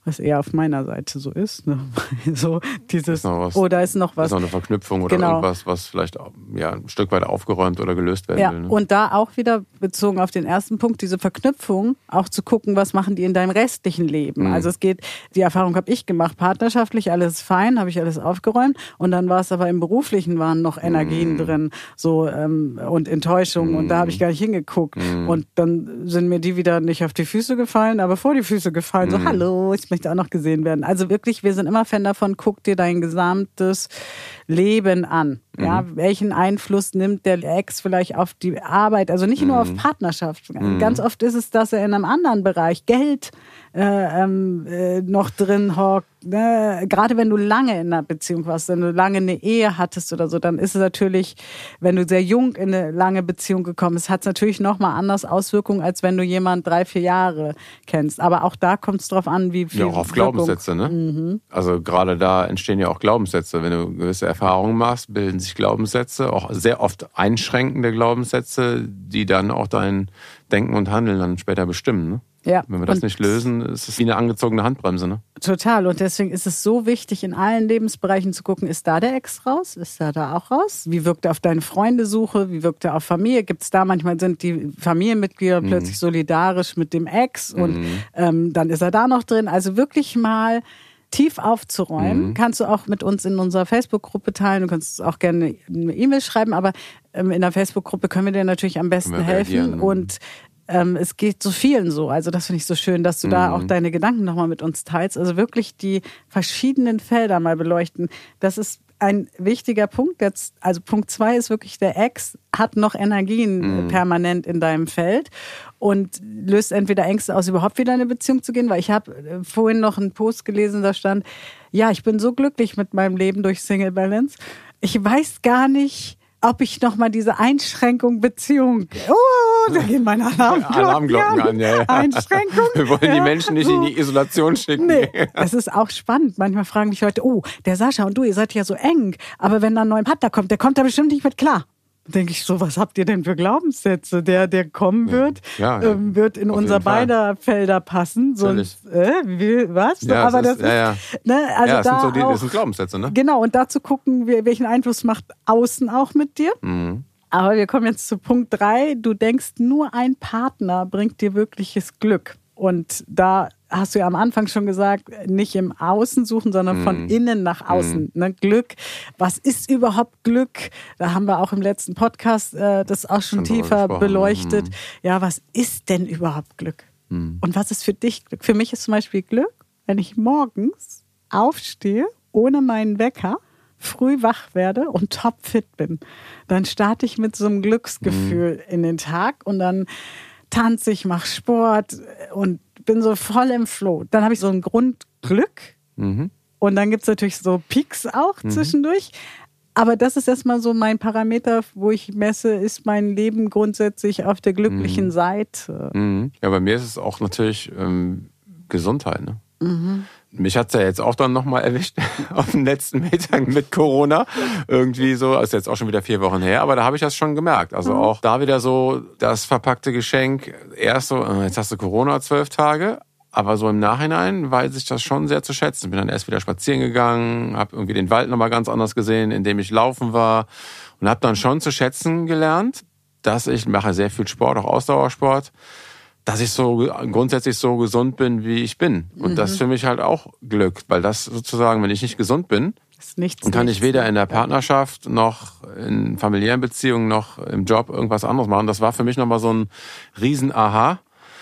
was eher auf meiner Seite so ist. Ne? So dieses, ist noch was, oh, da ist noch was. Ist noch eine Verknüpfung oder genau. irgendwas, was vielleicht ja, ein Stück weit aufgeräumt oder gelöst werden ja, will. Ne? Und da auch wieder bezogen auf den ersten Punkt, diese Verknüpfung, auch zu gucken, was machen die in deinem restlichen Leben. Mhm. Also es geht, die Erfahrung habe ich gemacht, partnerschaftlich alles fein, habe ich alles aufgeräumt und dann war es aber im Beruflichen waren noch Energien mhm. drin so ähm, und Enttäuschung mhm. und da habe ich gar nicht hingeguckt mhm. und dann sind mir die wieder nicht auf die Füße gefallen, aber vor die Füße gefallen, so mhm. hallo, ich möchte auch noch gesehen werden. Also wirklich, wir sind immer Fan davon, guck dir dein gesamtes Leben an. Mhm. Ja, welchen Einfluss nimmt der Ex vielleicht auf die Arbeit, also nicht mhm. nur auf Partnerschaft. Mhm. Ganz oft ist es, dass er in einem anderen Bereich Geld äh, ähm, äh, noch drin hockt. Ne? Gerade wenn du lange in einer Beziehung warst, wenn du lange eine Ehe hattest oder so, dann ist es natürlich, wenn du sehr jung in eine lange Beziehung gekommen bist, hat es natürlich nochmal anders Auswirkungen, als wenn du jemanden drei, vier Jahre kennst. Aber auch da kommt es drauf an, wie viel Ja, auch auf Wirkung. Glaubenssätze, ne? Mhm. Also gerade da entstehen ja auch Glaubenssätze. Wenn du gewisse Erfahrungen machst, bilden sich Glaubenssätze, auch sehr oft einschränkende Glaubenssätze, die dann auch dein Denken und Handeln dann später bestimmen, ne? Ja. Wenn wir das und nicht lösen, ist es wie eine angezogene Handbremse, ne? Total. Und deswegen ist es so wichtig, in allen Lebensbereichen zu gucken, ist da der Ex raus? Ist er da auch raus? Wie wirkt er auf deine Freundesuche? Wie wirkt er auf Familie? Gibt es da manchmal, sind die Familienmitglieder mhm. plötzlich solidarisch mit dem Ex und mhm. ähm, dann ist er da noch drin. Also wirklich mal tief aufzuräumen. Mhm. Kannst du auch mit uns in unserer Facebook-Gruppe teilen. Du kannst auch gerne eine E-Mail schreiben, aber ähm, in der Facebook-Gruppe können wir dir natürlich am besten helfen. Und ähm, es geht so vielen so. Also das finde ich so schön, dass du mhm. da auch deine Gedanken nochmal mit uns teilst. Also wirklich die verschiedenen Felder mal beleuchten. Das ist ein wichtiger Punkt. Jetzt, also Punkt zwei ist wirklich, der Ex hat noch Energien mhm. permanent in deinem Feld und löst entweder Ängste aus, überhaupt wieder in eine Beziehung zu gehen, weil ich habe vorhin noch einen Post gelesen, da stand, ja, ich bin so glücklich mit meinem Leben durch Single Balance. Ich weiß gar nicht, ob ich nochmal diese Einschränkung Beziehung, oh, da gehen meine Alarmglocken, Alarmglocken an. Ja, ja. Einschränkung. Wir wollen ja. die Menschen nicht in die Isolation schicken. Nee, das ist auch spannend. Manchmal fragen mich Leute, oh, der Sascha und du, ihr seid ja so eng, aber wenn da ein neuer Partner kommt, der kommt da bestimmt nicht mit klar. Denke ich so, was habt ihr denn für Glaubenssätze? Der, der kommen wird, ja, ja, ähm, wird in unser beider Felder passen. Sonst, äh, wie, was? Ja, aber das ist, ist, ja, ja. Ne, also ja, das da sind so die, auch, das sind Glaubenssätze, ne? Genau, und da zu gucken, welchen Einfluss macht Außen auch mit dir. Mhm. Aber wir kommen jetzt zu Punkt drei. Du denkst, nur ein Partner bringt dir wirkliches Glück. Und da hast du ja am Anfang schon gesagt, nicht im Außen suchen, sondern von mm. innen nach außen. Mm. Ne? Glück, was ist überhaupt Glück? Da haben wir auch im letzten Podcast äh, das auch schon, schon tiefer beleuchtet. Mm. Ja, was ist denn überhaupt Glück? Mm. Und was ist für dich Glück? Für mich ist zum Beispiel Glück, wenn ich morgens aufstehe, ohne meinen Wecker, früh wach werde und topfit bin. Dann starte ich mit so einem Glücksgefühl mm. in den Tag und dann tanze ich, mache Sport und bin so voll im Flow. Dann habe ich so ein Grundglück mhm. und dann gibt es natürlich so Peaks auch mhm. zwischendurch. Aber das ist erstmal so mein Parameter, wo ich messe, ist mein Leben grundsätzlich auf der glücklichen mhm. Seite. Mhm. Ja, bei mir ist es auch natürlich ähm, Gesundheit, ne? Mhm. Mich hat's ja jetzt auch dann nochmal erwischt auf den letzten Metern mit Corona. Irgendwie so, also jetzt auch schon wieder vier Wochen her, aber da habe ich das schon gemerkt. Also mhm. auch da wieder so das verpackte Geschenk. Erst so, jetzt hast du Corona zwölf Tage, aber so im Nachhinein weiß ich das schon sehr zu schätzen. Bin dann erst wieder spazieren gegangen, habe irgendwie den Wald nochmal ganz anders gesehen, in dem ich laufen war und habe dann schon zu schätzen gelernt, dass ich mache sehr viel Sport, auch Ausdauersport, dass ich so grundsätzlich so gesund bin, wie ich bin. Und mhm. das ist für mich halt auch Glück, weil das sozusagen, wenn ich nicht gesund bin, ist nichts, dann kann nichts, ich weder in der Partnerschaft noch in familiären Beziehungen noch im Job irgendwas anderes machen. Das war für mich nochmal so ein riesen Aha.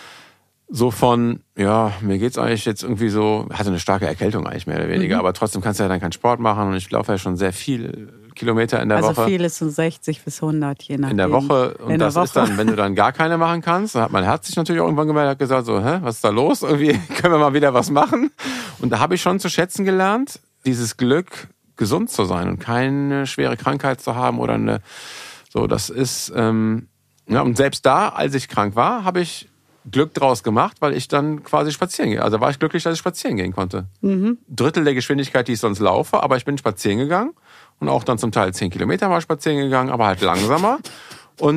So von, ja, mir geht's eigentlich jetzt irgendwie so, hatte eine starke Erkältung eigentlich mehr oder weniger, mhm. aber trotzdem kannst du ja dann keinen Sport machen und ich laufe ja schon sehr viel Kilometer in der also Woche. Also viel ist so sechzig bis hundert, je nachdem. In der Woche. Und in das Woche. Ist dann, wenn du dann gar keine machen kannst, dann hat mein Herz sich natürlich auch irgendwann gemeldet, hat gesagt so, hä, was ist da los? Irgendwie können wir mal wieder was machen. Und da habe ich schon zu schätzen gelernt, dieses Glück, gesund zu sein und keine schwere Krankheit zu haben oder eine, so, das ist, ähm, ja, und selbst da, als ich krank war, habe ich Glück draus gemacht, weil ich dann quasi spazieren gehe. Also war ich glücklich, dass ich spazieren gehen konnte. Mhm. Drittel der Geschwindigkeit, die ich sonst laufe, aber ich bin spazieren gegangen und auch dann zum Teil zehn Kilometer mal spazieren gegangen, aber halt langsamer. Und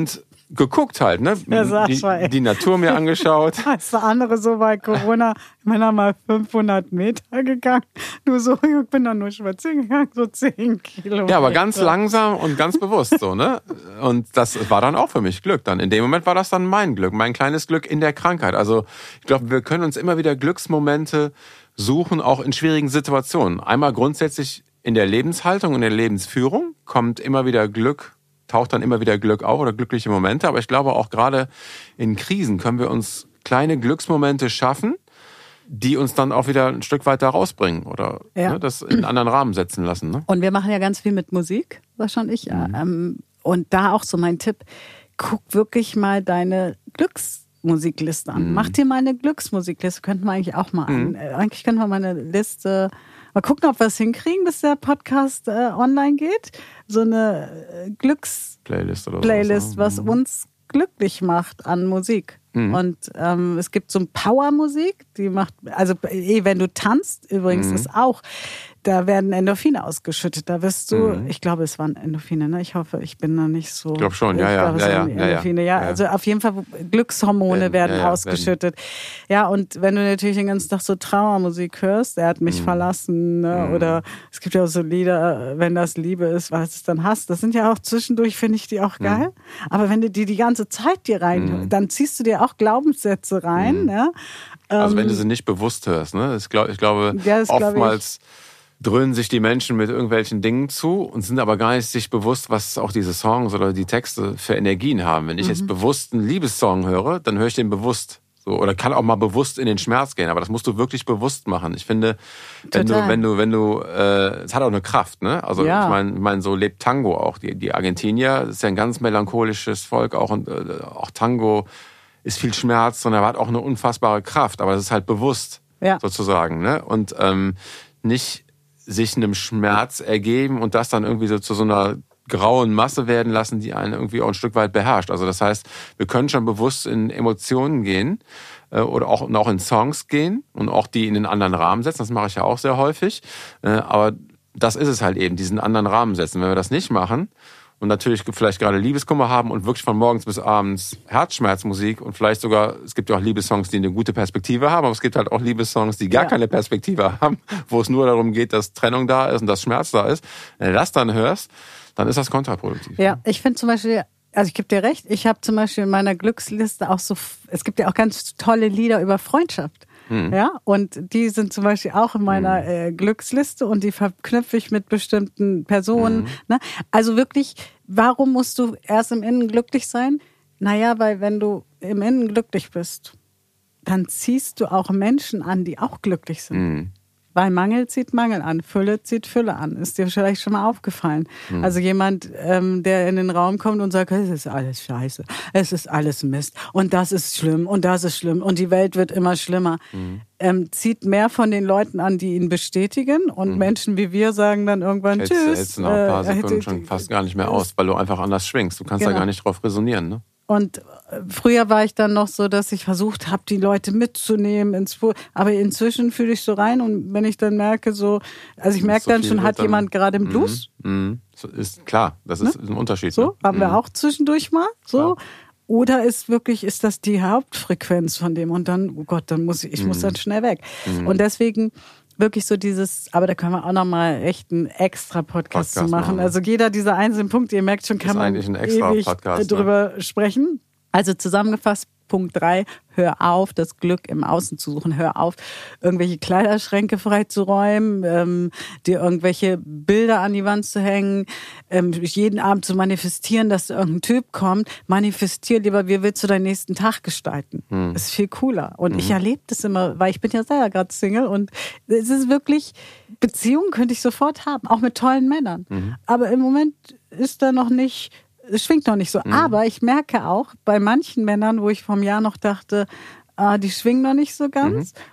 geguckt halt, ne? Ja, Sascha, die, die Natur mir angeschaut. Als der andere so bei Corona, ich bin da mal fünfhundert Meter gegangen. Nur so, ich bin dann nur spazieren gegangen, so zehn Kilometer. Ja, aber ganz langsam und ganz bewusst so, ne? Und das war dann auch für mich Glück dann. In dem Moment war das dann mein Glück, mein kleines Glück in der Krankheit. Also ich glaube, wir können uns immer wieder Glücksmomente suchen, auch in schwierigen Situationen. Einmal grundsätzlich in der Lebenshaltung und der Lebensführung kommt immer wieder Glück, taucht dann immer wieder Glück auf oder glückliche Momente. Aber ich glaube, auch gerade in Krisen können wir uns kleine Glücksmomente schaffen, die uns dann auch wieder ein Stück weit da rausbringen oder ja. ne, das in einen anderen Rahmen setzen lassen. Ne? Und wir machen ja ganz viel mit Musik, Sascha und ich. Mhm. Ähm, und da auch so mein Tipp, guck wirklich mal deine Glücksmusikliste an. Mhm. Mach dir mal eine Glücksmusikliste, könnten wir eigentlich auch mal an. Mhm. Eigentlich könnten wir mal eine Liste... Mal gucken, ob wir es hinkriegen, bis der Podcast äh, online geht. So eine äh, Glücks-Playlist, oder Playlist, was, was uns glücklich macht an Musik. Mhm. Und ähm, es gibt so ein Power-Musik, die macht, also eh, wenn du tanzt, übrigens mhm. ist auch, da werden Endorphine ausgeschüttet. Da wirst du, mhm. ich glaube, es waren Endorphine, ne? Ich hoffe, ich bin da nicht so. Ich glaube schon, ja, ja, glaube, ja, ja, Endorphine, ja, ja, ja. Also auf jeden Fall Glückshormone werden, werden ja, ausgeschüttet. Werden. Ja, und wenn du natürlich den ganzen Tag so Trauermusik hörst, er hat mich mhm. verlassen, ne? Mhm. Oder es gibt ja auch so Lieder, wenn das Liebe ist, was es dann hast. Das sind ja auch zwischendurch, finde ich die auch geil. Mhm. Aber wenn du die die ganze Zeit dir rein, mhm. dann ziehst du dir auch Glaubenssätze rein. Mhm. Ja? Also wenn du sie nicht bewusst hörst, ne? Ich glaube, ich glaube ja, oftmals... Glaub ich, dröhnen sich die Menschen mit irgendwelchen Dingen zu und sind aber gar nicht sich bewusst, was auch diese Songs oder die Texte für Energien haben. Wenn ich mhm. jetzt bewusst einen Liebessong höre, dann höre ich den bewusst. So, oder kann auch mal bewusst in den Schmerz gehen, aber das musst du wirklich bewusst machen. Ich finde, wenn Total. du, wenn du, wenn du, äh, es hat auch eine Kraft, ne? Also ja. ich meine, ich mein, so lebt Tango auch. Die, die Argentinier, das ist ja ein ganz melancholisches Volk, auch und äh, auch Tango ist viel Schmerz und er hat auch eine unfassbare Kraft, aber das ist halt bewusst, ja. sozusagen, ne? Und ähm, nicht sich einem Schmerz ergeben und das dann irgendwie so zu so einer grauen Masse werden lassen, die einen irgendwie auch ein Stück weit beherrscht. Also das heißt, wir können schon bewusst in Emotionen gehen äh, oder auch, und auch in Songs gehen und auch die in einen anderen Rahmen setzen. Das mache ich ja auch sehr häufig. Äh, aber das ist es halt eben, diesen anderen Rahmen setzen. Wenn wir das nicht machen und natürlich vielleicht gerade Liebeskummer haben und wirklich von morgens bis abends Herzschmerzmusik und vielleicht sogar, es gibt ja auch Liebessongs, die eine gute Perspektive haben, aber es gibt halt auch Liebessongs, die gar ja. keine Perspektive haben, wo es nur darum geht, dass Trennung da ist und dass Schmerz da ist. Wenn du das dann hörst, dann ist das kontraproduktiv. Ja, ich finde zum Beispiel, also ich gebe dir recht, ich habe zum Beispiel in meiner Glücksliste auch so, es gibt ja auch ganz tolle Lieder über Freundschaft. Hm. Ja, und die sind zum Beispiel auch in meiner hm. äh, Glücksliste und die verknüpfe ich mit bestimmten Personen. Hm. Ne? Also wirklich, warum musst du erst im Innen glücklich sein? Naja, weil wenn du im Innen glücklich bist, dann ziehst du auch Menschen an, die auch glücklich sind. Hm. Weil Mangel zieht Mangel an, Fülle zieht Fülle an. Ist dir vielleicht schon mal aufgefallen? Mhm. Also jemand, ähm, der in den Raum kommt und sagt, es ist alles scheiße, es ist alles Mist und das ist schlimm und das ist schlimm und die Welt wird immer schlimmer, mhm. ähm, zieht mehr von den Leuten an, die ihn bestätigen und mhm. Menschen wie wir sagen dann irgendwann hältst, Tschüss. Hältst du nach ein paar Sekunden äh, schon fast gar nicht mehr aus, weil du einfach anders schwingst. Du kannst genau. da gar nicht drauf resonieren, ne? Und früher war ich dann noch so, dass ich versucht habe, die Leute mitzunehmen ins Bo- aber inzwischen fühle ich so rein und wenn ich dann merke so, also ich merke so dann schon, hat dann, jemand gerade einen Blues? Mm, mm, ist klar, das ist ne? ein Unterschied. So, ne? haben mm. wir auch zwischendurch mal, so. Klar. Oder ist wirklich, ist das die Hauptfrequenz von dem und dann, oh Gott, dann muss ich, ich mm. muss dann schnell weg. Mm. Und deswegen wirklich so dieses, aber da können wir auch nochmal echt einen extra Podcast, Podcast zu machen. machen. Also jeder dieser einzelnen Punkte, ihr merkt schon, kann man ewig Podcast, drüber ne? sprechen. Also zusammengefasst, Punkt drei, hör auf, das Glück im Außen zu suchen. Hör auf, irgendwelche Kleiderschränke freizuräumen, ähm, dir irgendwelche Bilder an die Wand zu hängen, ähm, jeden Abend zu manifestieren, dass irgendein Typ kommt. Manifestier lieber, wie willst du deinen nächsten Tag gestalten? Hm. Das ist viel cooler. Und mhm. ich erlebe das immer, weil ich bin ja selber gerade Single und es ist wirklich, Beziehungen könnte ich sofort haben, auch mit tollen Männern. Mhm. Aber im Moment ist da noch nicht... Es schwingt noch nicht so. Mhm. Aber ich merke auch bei manchen Männern, wo ich vom Jahr noch dachte, äh, die schwingen noch nicht so ganz. Mhm.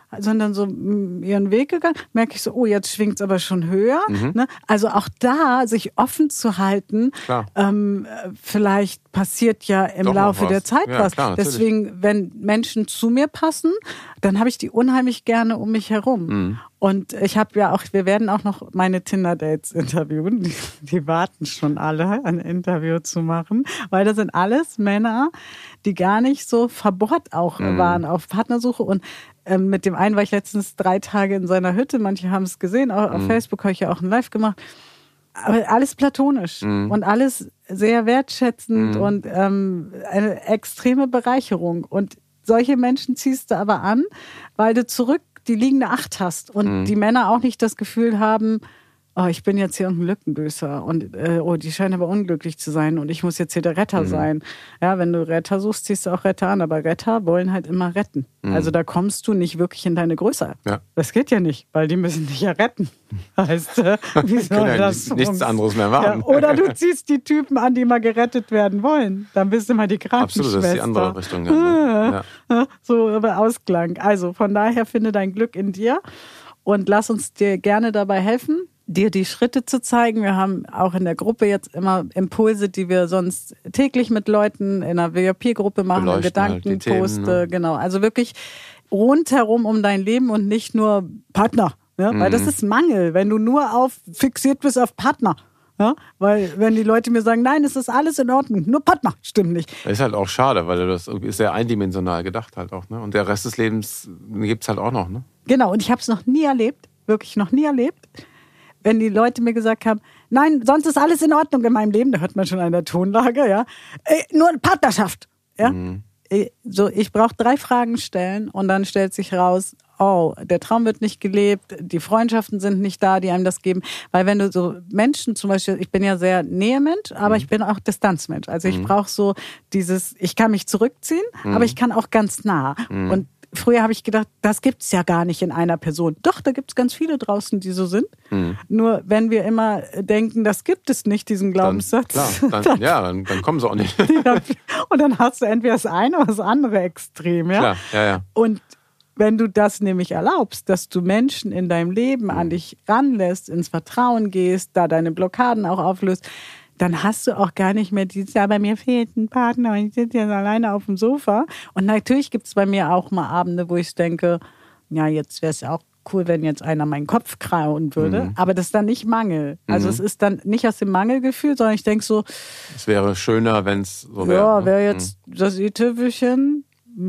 sind dann so ihren Weg gegangen, merke ich so, oh, jetzt schwingt es aber schon höher. Mhm. Ne? Also auch da, sich offen zu halten, ähm, vielleicht passiert ja im Doch Laufe der Zeit ja, was. Klar, deswegen, wenn Menschen zu mir passen, dann habe ich die unheimlich gerne um mich herum. Mhm. Und ich habe ja auch, wir werden auch noch meine Tinder-Dates interviewen. Die, die warten schon alle, ein Interview zu machen, weil das sind alles Männer, die gar nicht so verbohrt auch mhm. waren auf Partnersuche. Und ähm, mit dem einen war ich letztens drei Tage in seiner Hütte. Manche haben es gesehen, auch auf mhm. Facebook habe ich ja auch ein Live gemacht. Aber alles platonisch mhm. und alles sehr wertschätzend mhm. und ähm, eine extreme Bereicherung. Und solche Menschen ziehst du aber an, weil du zurück die liegende Acht hast und mhm. die Männer auch nicht das Gefühl haben, oh, ich bin jetzt hier irgendein Lückenbüßer und äh, oh, die scheinen aber unglücklich zu sein und ich muss jetzt hier der Retter mhm. sein. Ja, wenn du Retter suchst, ziehst du auch Retter an, aber Retter wollen halt immer retten. Mhm. Also da kommst du nicht wirklich in deine Größe. Ja. Das geht ja nicht, weil die müssen dich ja retten. Heißt, äh, wie soll ja das nichts anderes mehr machen. Ja, oder du ziehst die Typen an, die mal gerettet werden wollen. Dann bist du mal die Krankenschwester. Absolut, das ist die andere Richtung. Ja, ne? So aber Ausklang. Also von daher finde dein Glück in dir und lass uns dir gerne dabei helfen, dir die Schritte zu zeigen. Wir haben auch in der Gruppe jetzt immer Impulse, die wir sonst täglich mit Leuten in einer V I P-Gruppe machen, Gedankenposte, halt ne? Genau. Also wirklich rundherum um dein Leben und nicht nur Partner. Ja? Mhm. Weil das ist Mangel, wenn du nur auf fixiert bist auf Partner. Ja? Weil wenn die Leute mir sagen, nein, es ist alles in Ordnung, nur Partner, stimmt nicht. Das ist halt auch schade, weil das ist sehr eindimensional gedacht halt auch. Ne? Und der Rest des Lebens gibt's halt auch noch. Ne? Genau, und ich habe es noch nie erlebt, wirklich noch nie erlebt, wenn die Leute mir gesagt haben, nein, sonst ist alles in Ordnung in meinem Leben, da hört man schon an der Tonlage, ja, äh, nur eine Partnerschaft, ja. Mhm. So, ich brauche drei Fragen stellen und dann stellt sich raus, oh, der Traum wird nicht gelebt, die Freundschaften sind nicht da, die einem das geben, weil wenn du so Menschen zum Beispiel, ich bin ja sehr Nähemensch, aber mhm. ich bin auch Distanzmensch, also ich mhm. brauche so dieses, ich kann mich zurückziehen, mhm. aber ich kann auch ganz nah mhm. und früher habe ich gedacht, das gibt's ja gar nicht in einer Person. Doch, da gibt's ganz viele draußen, die so sind. Mhm. Nur wenn wir immer denken, das gibt es nicht, diesen Glaubenssatz. Dann, klar, dann, dann, ja, dann, dann kommen sie auch nicht. Und dann hast du entweder das eine oder das andere Extrem. Ja? Klar, ja, ja. Und wenn du das nämlich erlaubst, dass du Menschen in deinem Leben mhm. an dich ranlässt, ins Vertrauen gehst, da deine Blockaden auch auflöst, dann hast du auch gar nicht mehr dieses, ja, bei mir fehlt ein Partner und ich sitze jetzt alleine auf dem Sofa. Und natürlich gibt es bei mir auch mal Abende, wo ich denke, ja, jetzt wäre es ja auch cool, wenn jetzt einer meinen Kopf krauen würde. Mhm. Aber das ist dann nicht Mangel. Also mhm. es ist dann nicht aus dem Mangelgefühl, sondern ich denke so, es wäre schöner, wenn es so wäre. Ja, wäre jetzt mhm. das i-Tüpfelchen,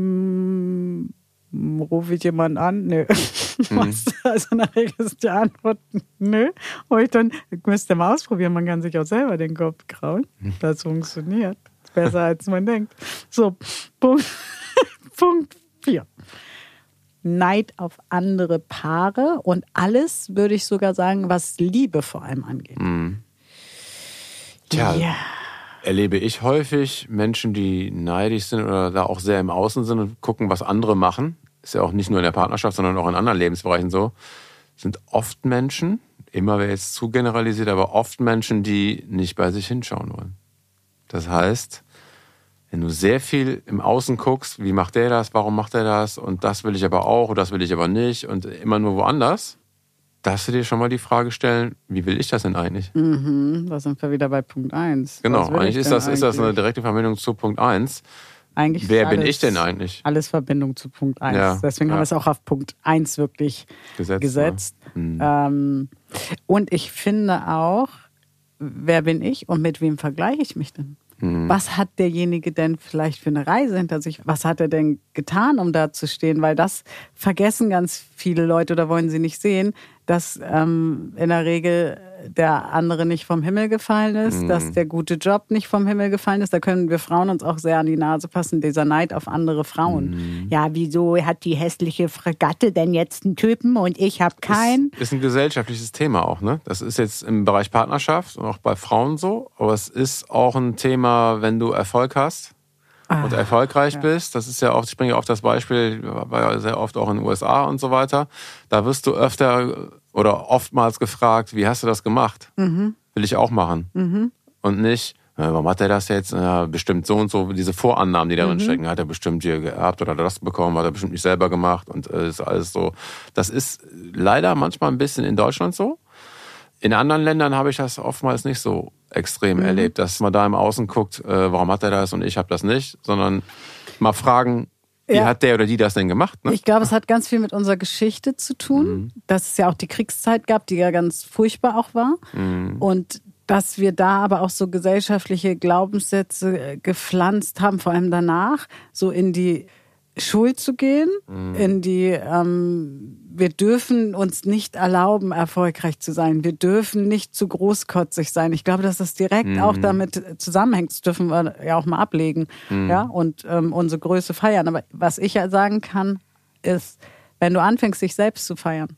hm, rufe ich jemanden an? Nö. Mhm. Also in der Regel ist die Antwort nö. Und ich dann, müsst ihr mal ausprobieren, man kann sich auch selber den Kopf krauen. Das funktioniert. Besser als man denkt. So, Punkt, Punkt vier. Neid auf andere Paare und alles, würde ich sogar sagen, was Liebe vor allem angeht. Mhm. Tja, ja. Erlebe ich häufig Menschen, die neidisch sind oder da auch sehr im Außen sind und gucken, was andere machen. Ist ja auch nicht nur in der Partnerschaft, sondern auch in anderen Lebensbereichen so. Sind oft Menschen, immer wäre jetzt zu generalisiert, aber oft Menschen, die nicht bei sich hinschauen wollen. Das heißt, wenn du sehr viel im Außen guckst, wie macht der das, warum macht er das und das will ich aber auch und das will ich aber nicht und immer nur woanders, darfst du dir schon mal die Frage stellen, wie will ich das denn eigentlich? Mhm, da sind wir wieder bei Punkt eins. Genau, eigentlich ist das, eigentlich? ist das eine direkte Verbindung zu Punkt eins. Eigentlich Wer alles, bin ich denn eigentlich? Alles Verbindung zu Punkt eins. Ja, Deswegen ja. haben wir es auch auf Punkt eins wirklich gesetzt. gesetzt. Ja. Mhm. Ähm, und ich finde auch, wer bin ich und mit wem vergleiche ich mich denn? Mhm. Was hat derjenige denn vielleicht für eine Reise hinter sich? Was hat er denn getan, um da zu stehen? Weil das vergessen ganz viele Leute oder wollen sie nicht sehen, dass ähm, in der Regel der andere nicht vom Himmel gefallen ist, mhm. dass der gute Job nicht vom Himmel gefallen ist. Da können wir Frauen uns auch sehr an die Nase fassen, dieser Neid auf andere Frauen. Mhm. Ja, wieso hat die hässliche Fregatte denn jetzt einen Typen und ich habe keinen? Ist, ist ein gesellschaftliches Thema auch, ne? Das ist jetzt im Bereich Partnerschaft und auch bei Frauen so, aber es ist auch ein Thema, wenn du Erfolg hast und ah, erfolgreich ja. bist. Das ist ja oft, ich bringe ja oft das Beispiel, war ja sehr oft auch in den U S A und so weiter. Da wirst du öfter oder oftmals gefragt, wie hast du das gemacht? Mhm. Will ich auch machen. Mhm. Und nicht, warum hat er das jetzt? Ja, bestimmt so und so, diese Vorannahmen, die darin mhm. stecken, hat er bestimmt hier geerbt oder hat er das bekommen, hat er bestimmt nicht selber gemacht und äh, ist alles so. Das ist leider manchmal ein bisschen in Deutschland so. In anderen Ländern habe ich das oftmals nicht so extrem mhm. erlebt, dass man da im Außen guckt, äh, warum hat er das und ich habe das nicht, sondern mal fragen, wie ja. hat der oder die das denn gemacht? Ne? Ich glaube, es hat ganz viel mit unserer Geschichte zu tun, mhm. dass es ja auch die Kriegszeit gab, die ja ganz furchtbar auch war. Mhm. Und dass wir da aber auch so gesellschaftliche Glaubenssätze gepflanzt haben, vor allem danach, so in die Schuld zu gehen, mhm. in die, ähm, wir dürfen uns nicht erlauben, erfolgreich zu sein. Wir dürfen nicht zu großkotzig sein. Ich glaube, dass das direkt mhm. auch damit zusammenhängt. Das dürfen wir ja auch mal ablegen, mhm. ja, und ähm, unsere Größe feiern. Aber was ich ja sagen kann, ist, wenn du anfängst, dich selbst zu feiern,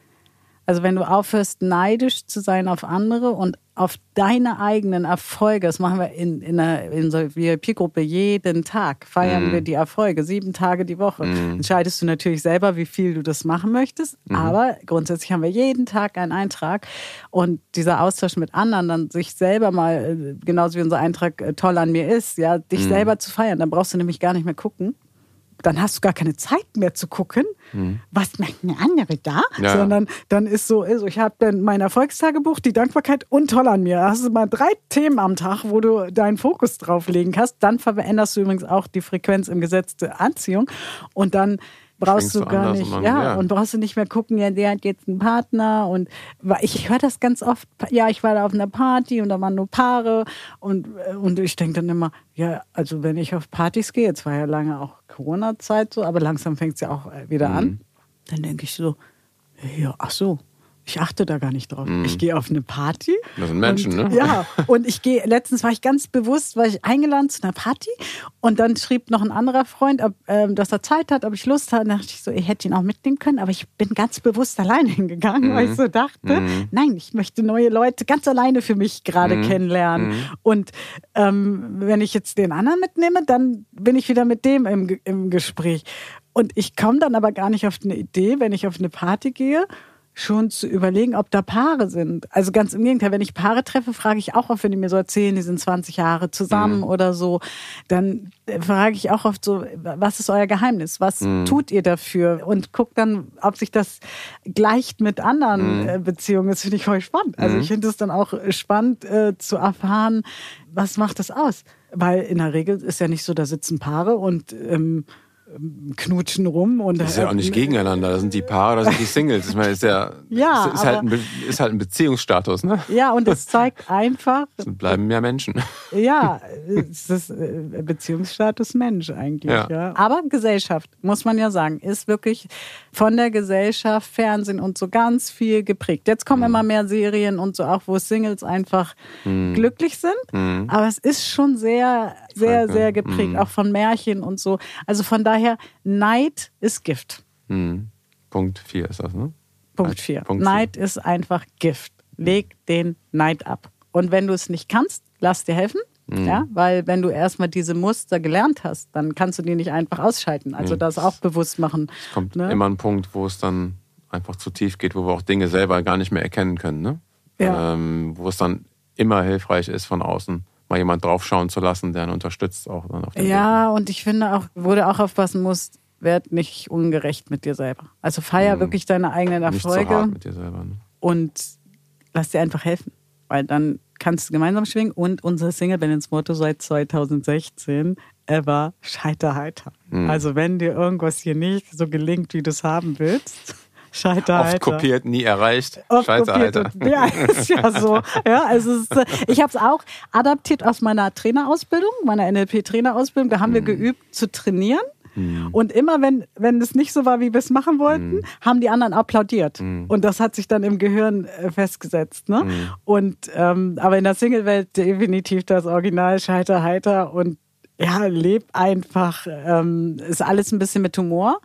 also wenn du aufhörst, neidisch zu sein auf andere und auf deine eigenen Erfolge, das machen wir in, in einer in so einer V I P-Gruppe jeden Tag, feiern mm. wir die Erfolge, sieben Tage die Woche. Mm. Entscheidest du natürlich selber, wie viel du das machen möchtest, mm. aber grundsätzlich haben wir jeden Tag einen Eintrag und dieser Austausch mit anderen, dann sich selber mal, genauso wie unser Eintrag toll an mir ist, ja, dich mm. selber zu feiern, dann brauchst du nämlich gar nicht mehr gucken. Dann hast du gar keine Zeit mehr zu gucken, hm. was merken die andere da, ja. sondern dann ist so, also ich habe dann mein Erfolgstagebuch, die Dankbarkeit und toll an mir. Da hast du mal drei Themen am Tag, wo du deinen Fokus drauf legen kannst. Dann veränderst du übrigens auch die Frequenz im Gesetz der Anziehung und dann brauchst du gar nicht, ja, ja, und brauchst du nicht mehr gucken, ja, der hat jetzt einen Partner und ich, ich höre das ganz oft, ja, ich war da auf einer Party und da waren nur Paare und, und ich denke dann immer, ja, also wenn ich auf Partys gehe, jetzt war ja lange auch Corona-Zeit so, aber langsam fängt es ja auch wieder mhm. an, dann denke ich so, ja, ach so, ich achte da gar nicht drauf. Mm. Ich gehe auf eine Party. Das sind Menschen, und, ne? Ja, und ich gehe, letztens war ich ganz bewusst, war ich eingeladen zu einer Party und dann schrieb noch ein anderer Freund, ob, ähm, dass er Zeit hat, ob ich Lust habe. Und dann dachte ich so, ich hätte ihn auch mitnehmen können, aber ich bin ganz bewusst alleine hingegangen, mm. weil ich so dachte, mm. nein, ich möchte neue Leute ganz alleine für mich gerade mm. kennenlernen. Mm. Und ähm, wenn ich jetzt den anderen mitnehme, dann bin ich wieder mit dem im, im Gespräch. Und ich komme dann aber gar nicht auf eine Idee, wenn ich auf eine Party gehe, schon zu überlegen, ob da Paare sind. Also ganz im Gegenteil, wenn ich Paare treffe, frage ich auch oft, wenn die mir so erzählen, die sind zwanzig Jahre zusammen mhm. oder so, dann frage ich auch oft so, was ist euer Geheimnis? Was mhm. tut ihr dafür? Und guck dann, ob sich das gleicht mit anderen mhm. Beziehungen. Das finde ich voll spannend. Also ich finde es dann auch spannend äh, zu erfahren, was macht das aus? Weil in der Regel ist ja nicht so, da sitzen Paare und ähm, knutschen rum. Und das ist ja auch nicht gegeneinander. Da sind die Paare, da sind die Singles. Ich meine, ist ja, ja ist, ist, halt ein, ist halt ein Beziehungsstatus, ne? Ja, und es zeigt einfach... Es bleiben mehr Menschen. Ja, es ist Beziehungsstatus Mensch eigentlich. Ja. Ja. Aber Gesellschaft, muss man ja sagen, ist wirklich von der Gesellschaft, Fernsehen und so ganz viel geprägt. Jetzt kommen mhm. immer mehr Serien und so auch, wo Singles einfach mhm. glücklich sind. Mhm. Aber es ist schon sehr, sehr, sehr geprägt. Mhm. Auch von Märchen und so. Also von daher Neid ist Gift. Hm. Punkt vier ist das, ne? Punkt vier. Neid ist einfach Gift. Leg den Neid ab. Und wenn du es nicht kannst, lass dir helfen. Hm. Ja? Weil wenn du erstmal diese Muster gelernt hast, dann kannst du die nicht einfach ausschalten. Also hm. das auch bewusst machen. Es kommt ne? immer ein Punkt, wo es dann einfach zu tief geht, wo wir auch Dinge selber gar nicht mehr erkennen können. Ne? Ja. Ähm, wo es dann immer hilfreich ist, von außen mal jemand draufschauen zu lassen, der einen unterstützt auch dann auf dem Ja, Weg. Und ich finde auch, wo du auch aufpassen musst, werd nicht ungerecht mit dir selber. Also feier mhm. wirklich deine eigenen Erfolge. Nicht so hart mit dir selber. Ne? Und lass dir einfach helfen. Weil dann kannst du gemeinsam schwingen. Und unser Single Balance Motto seit zwanzig sechzehn, ever Scheiterheiter. Mhm. Also wenn dir irgendwas hier nicht so gelingt, wie du es haben willst, Scheiterheiter. Oft kopiert, nie erreicht. Oft Scheiterheiter. Kopiert, ja, ist ja so. Ja, also es ist, ich habe es auch adaptiert aus meiner Trainerausbildung, meiner N L P-Trainerausbildung. Da haben mm. wir geübt zu trainieren. Mm. Und immer, wenn, wenn es nicht so war, wie wir es machen wollten, mm. haben die anderen applaudiert. Mm. Und das hat sich dann im Gehirn festgesetzt. Ne? Mm. Und, ähm, aber in der Single-Welt definitiv das Original Scheiterheiter. Und ja, leb einfach. Ähm, ist alles ein bisschen mit Humor.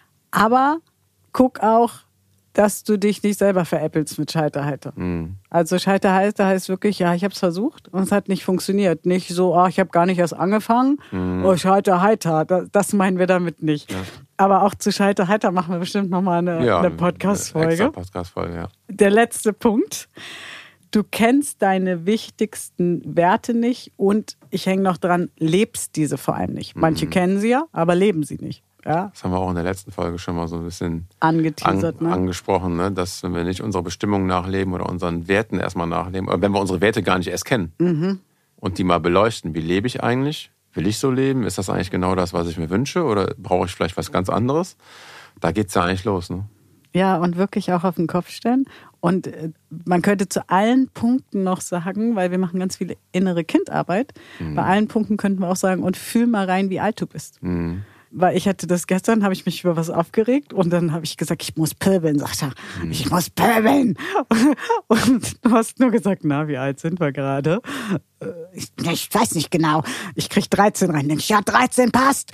Aber guck auch, dass du dich nicht selber veräppelst mit Scheiterheiter. Mm. Also Scheiterheiter heißt wirklich, ja, ich habe es versucht und es hat nicht funktioniert. Nicht so, oh, ich habe gar nicht erst angefangen, mm. oh, Scheiterheiter, das, das meinen wir damit nicht. Ja. Aber auch zu Scheiterheiter machen wir bestimmt nochmal eine, ja, eine Podcast-Folge. Eine extra Podcast-Folge, ja. Der letzte Punkt. du kennst deine wichtigsten Werte nicht und ich hänge noch dran, lebst diese vor allem nicht. Manche mhm. kennen sie ja, aber leben sie nicht. Ja? Das haben wir auch in der letzten Folge schon mal so ein bisschen angeteasert, an, ne? angesprochen, ne? Dass wenn wir nicht unserer Bestimmung nachleben oder unseren Werten erstmal nachleben, oder wenn wir unsere Werte gar nicht erst kennen mhm. und die mal beleuchten, wie lebe ich eigentlich? Will ich so leben? Ist das eigentlich genau das, was ich mir wünsche? Oder brauche ich vielleicht was ganz anderes? Da geht es ja eigentlich los, ne? Ja, und wirklich auch auf den Kopf stellen. Und man könnte zu allen Punkten noch sagen, weil wir machen ganz viele innere Kindarbeit, mhm. bei allen Punkten könnten wir auch sagen, und fühl mal rein, wie alt du bist. Mhm. Weil ich hatte das gestern, habe ich mich über was aufgeregt und dann habe ich gesagt, ich muss pöbeln, sagt er. Mhm. Ich muss pöbeln. Und du hast nur gesagt, na, wie alt sind wir gerade? Ich, ich weiß nicht genau. Ich krieg dreizehn rein. Denk ich, ja, dreizehn passt.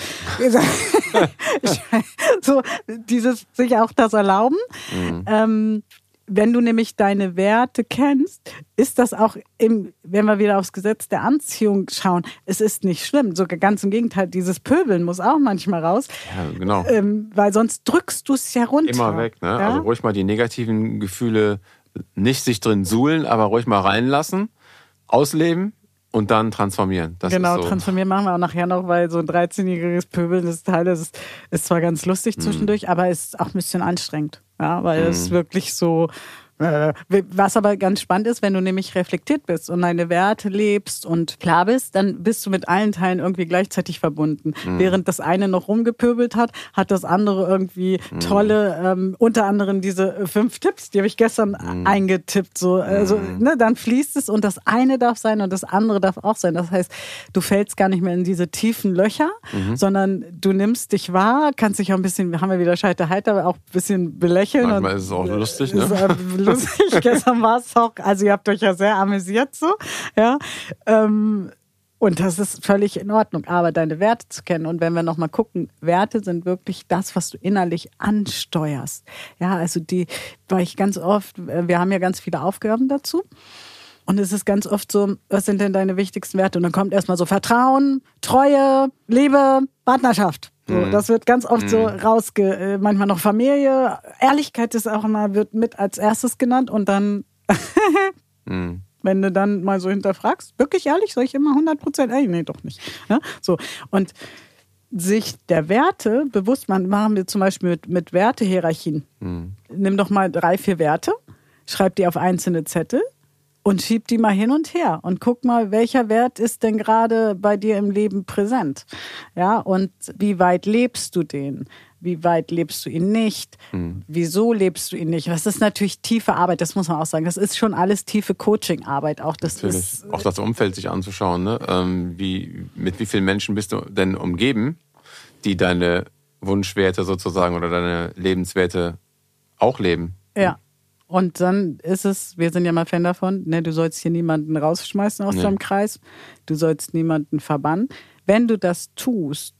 ich, so, dieses sich auch das erlauben. Mhm. Ähm, wenn du nämlich deine Werte kennst, ist das auch, im, wenn wir wieder aufs Gesetz der Anziehung schauen, es ist nicht schlimm. Sogar ganz im Gegenteil, dieses Pöbeln muss auch manchmal raus. Ja, genau. Ähm, weil sonst drückst du es ja runter. Immer weg, ne? Ja? Also ruhig mal die negativen Gefühle nicht sich drin suhlen, aber ruhig mal reinlassen, ausleben und dann transformieren. Das genau, ist so. Transformieren machen wir auch nachher noch, weil so ein dreizehnjähriges Pöbeln, das Teil, das ist, ist zwar ganz lustig zwischendurch, mhm. aber ist auch ein bisschen anstrengend. Ja, weil es mhm. wirklich so, äh, was aber ganz spannend ist, wenn du nämlich reflektiert bist und deine Werte lebst und klar bist, dann bist du mit allen Teilen irgendwie gleichzeitig verbunden. Mhm. Während das eine noch rumgepöbelt hat, hat das andere irgendwie mhm. tolle, ähm, unter anderem diese fünf Tipps, die habe ich gestern mhm. eingetippt. So, also, mhm. ne, dann fließt es und das eine darf sein und das andere darf auch sein. Das heißt, du fällst gar nicht mehr in diese tiefen Löcher, mhm. sondern du nimmst dich wahr, kannst dich auch ein bisschen, haben wir wieder Scheiterheiter, aber auch ein bisschen belächeln. Manchmal und, ist es auch lustig, ne? Ist, äh, lustig. Gestern war es auch, also ihr habt euch ja sehr amüsiert so, ja. Ähm, und das ist völlig in Ordnung. Aber deine Werte zu kennen und wenn wir nochmal gucken, Werte sind wirklich das, was du innerlich ansteuerst. Ja, also die, weil ich ganz oft, wir haben ja ganz viele Aufgaben dazu. Und es ist ganz oft so, was sind denn deine wichtigsten Werte? Und dann kommt erstmal so Vertrauen, Treue, Liebe, Partnerschaft. So, mhm. Das wird ganz oft mhm. so rausge... Manchmal noch Familie. Ehrlichkeit ist auch immer, wird mit als erstes genannt. Und dann, mhm. wenn du dann mal so hinterfragst, wirklich ehrlich, soll ich immer hundert Prozent ehrlich? Nee, doch nicht. Ja? So. Und sich der Werte bewusst machen, machen wir zum Beispiel mit, mit Wertehierarchien. Mhm. Nimm doch mal drei, vier Werte, schreib die auf einzelne Zettel. Und schieb die mal hin und her und guck mal, welcher Wert ist denn gerade bei dir im Leben präsent? Ja, und wie weit lebst du den? Wie weit lebst du ihn nicht? Mhm. Wieso lebst du ihn nicht? Das ist natürlich tiefe Arbeit, das muss man auch sagen. Das ist schon alles tiefe Coaching-Arbeit. Auch das natürlich. Ist, auch das Umfeld sich anzuschauen. Ne? Ähm, wie, mit wie vielen Menschen bist du denn umgeben, die deine Wunschwerte sozusagen oder deine Lebenswerte auch leben? Ja. Und dann ist es, wir sind ja mal Fan davon, ne, du sollst hier niemanden rausschmeißen aus nee. deinem Kreis, du sollst niemanden verbannen. Wenn du das tust,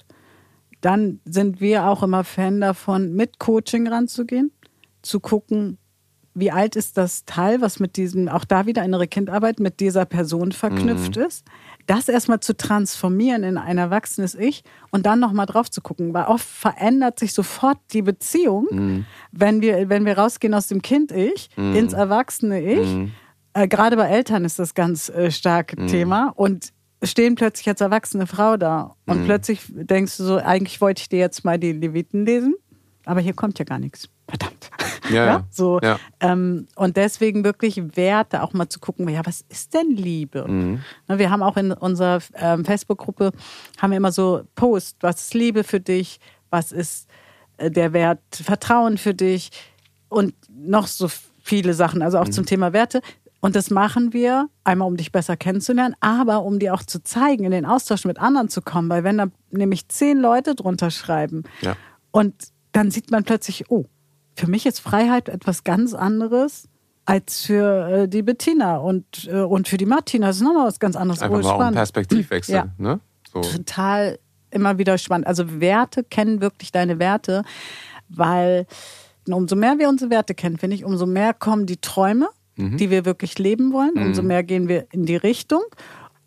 dann sind wir auch immer Fan davon, mit Coaching ranzugehen, zu gucken, wie alt ist das Teil, was mit diesem, auch da wieder innere Kindarbeit, mit dieser Person verknüpft mhm. ist. Das erstmal zu transformieren in ein erwachsenes Ich und dann nochmal drauf zu gucken. Weil oft verändert sich sofort die Beziehung, mhm. wenn wir, wenn wir rausgehen aus dem Kind-Ich mhm. ins erwachsene Ich. Mhm. Äh, gerade bei Eltern ist das ganz äh, stark mhm. Thema. Und stehen plötzlich als erwachsene Frau da. Und mhm. plötzlich denkst du so, eigentlich wollte ich dir jetzt mal die Leviten lesen, aber hier kommt ja gar nichts. Verdammt. Ja, ja, so, ja. Ähm, und deswegen wirklich Werte auch mal zu gucken, ja, was ist denn Liebe? Mhm. Wir haben auch in unserer ähm, Facebook-Gruppe, haben wir immer so Post, was ist Liebe für dich? Was ist äh, der Wert Vertrauen für dich? Und noch so viele Sachen, also auch mhm. zum Thema Werte. Und das machen wir einmal, um dich besser kennenzulernen, aber um dir auch zu zeigen, in den Austausch mit anderen zu kommen. Weil wenn da nämlich zehn Leute drunter schreiben ja. und dann sieht man plötzlich, oh, für mich ist Freiheit etwas ganz anderes als für äh, die Bettina und, äh, und für die Martina. Das ist nochmal was ganz anderes. Einfach oh, mal auch ein Perspektivwechsel. Ja. Ne? So. Total immer wieder spannend. Also Werte, kennen wirklich deine Werte, weil umso mehr wir unsere Werte kennen, finde ich, umso mehr kommen die Träume, mhm. die wir wirklich leben wollen. Mhm. Umso mehr gehen wir in die Richtung.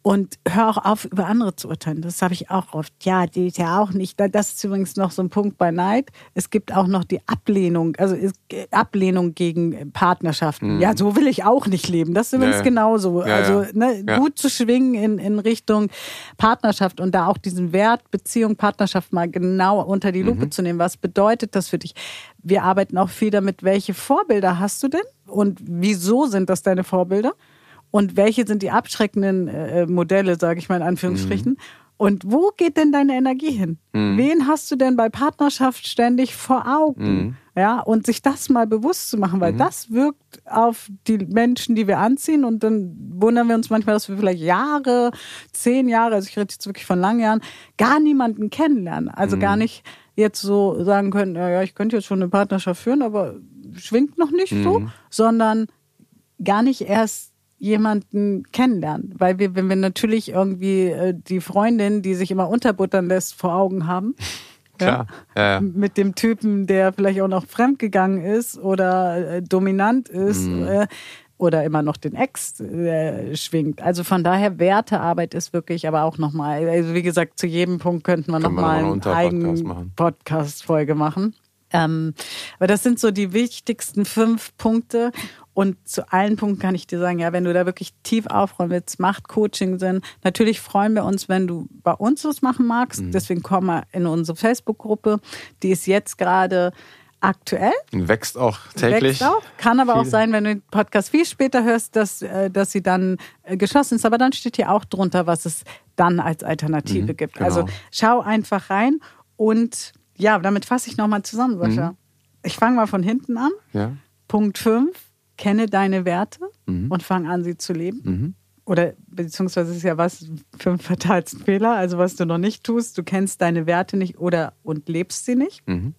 Und hör auch auf, über andere zu urteilen. Das habe ich auch oft. Ja, die ist ja auch nicht. Das ist übrigens noch so ein Punkt bei Neid. Es gibt auch noch die Ablehnung, also Ablehnung gegen Partnerschaften. Mhm. Ja, so will ich auch nicht leben. Das ist übrigens ja, genauso. Ja, also ne, ja. gut zu schwingen in, in Richtung Partnerschaft und da auch diesen Wert Beziehung, Partnerschaft mal genau unter die Lupe mhm. zu nehmen. Was bedeutet das für dich? Wir arbeiten auch viel damit, welche Vorbilder hast du denn? Und wieso sind das deine Vorbilder? Und welche sind die abschreckenden äh, Modelle, sage ich mal in Anführungsstrichen? Mhm. Und wo geht denn deine Energie hin? Mhm. Wen hast du denn bei Partnerschaft ständig vor Augen? Mhm. Ja, und sich das mal bewusst zu machen, weil mhm. das wirkt auf die Menschen, die wir anziehen. Und dann wundern wir uns manchmal, dass wir vielleicht Jahre, zehn Jahre, also ich rede jetzt wirklich von langen Jahren, gar niemanden kennenlernen. Also mhm. gar nicht jetzt so sagen können, ja, ich könnte jetzt schon eine Partnerschaft führen, aber schwingt noch nicht mhm. so, sondern gar nicht erst jemanden kennenlernen. Weil wir, wenn wir natürlich irgendwie äh, die Freundin, die sich immer unterbuttern lässt, vor Augen haben, klar. Ja, ja, ja. mit dem Typen, der vielleicht auch noch fremdgegangen ist oder äh, dominant ist mhm. äh, oder immer noch den Ex äh, schwingt. Also von daher, Wertearbeit ist wirklich, aber auch nochmal, also wie gesagt, zu jedem Punkt könnten wir nochmal eine eigene Podcast-Folge machen. Ähm, aber das sind so die wichtigsten fünf Punkte. Und zu allen Punkten kann ich dir sagen, ja, wenn du da wirklich tief aufräumen willst, macht Coaching Sinn. Natürlich freuen wir uns, wenn du bei uns was machen magst. Mhm. Deswegen komm mal in unsere Facebook-Gruppe. Die ist jetzt gerade aktuell. Wächst auch täglich. Wächst auch. Kann aber viel. Auch sein, wenn du den Podcast viel später hörst, dass, dass sie dann geschlossen ist. Aber dann steht hier auch drunter, was es dann als Alternative mhm, gibt. Genau. Also schau einfach rein. Und ja, damit fasse ich nochmal zusammen, Sascha. Mhm. Ich fange mal von hinten an. Ja. Punkt fünf. Kenne deine Werte mhm. und fang an, sie zu leben. Mhm. Oder beziehungsweise ist ja was fünf fatalsten Fehler, also was du noch nicht tust. Du kennst deine Werte nicht oder und lebst sie nicht. Mhm.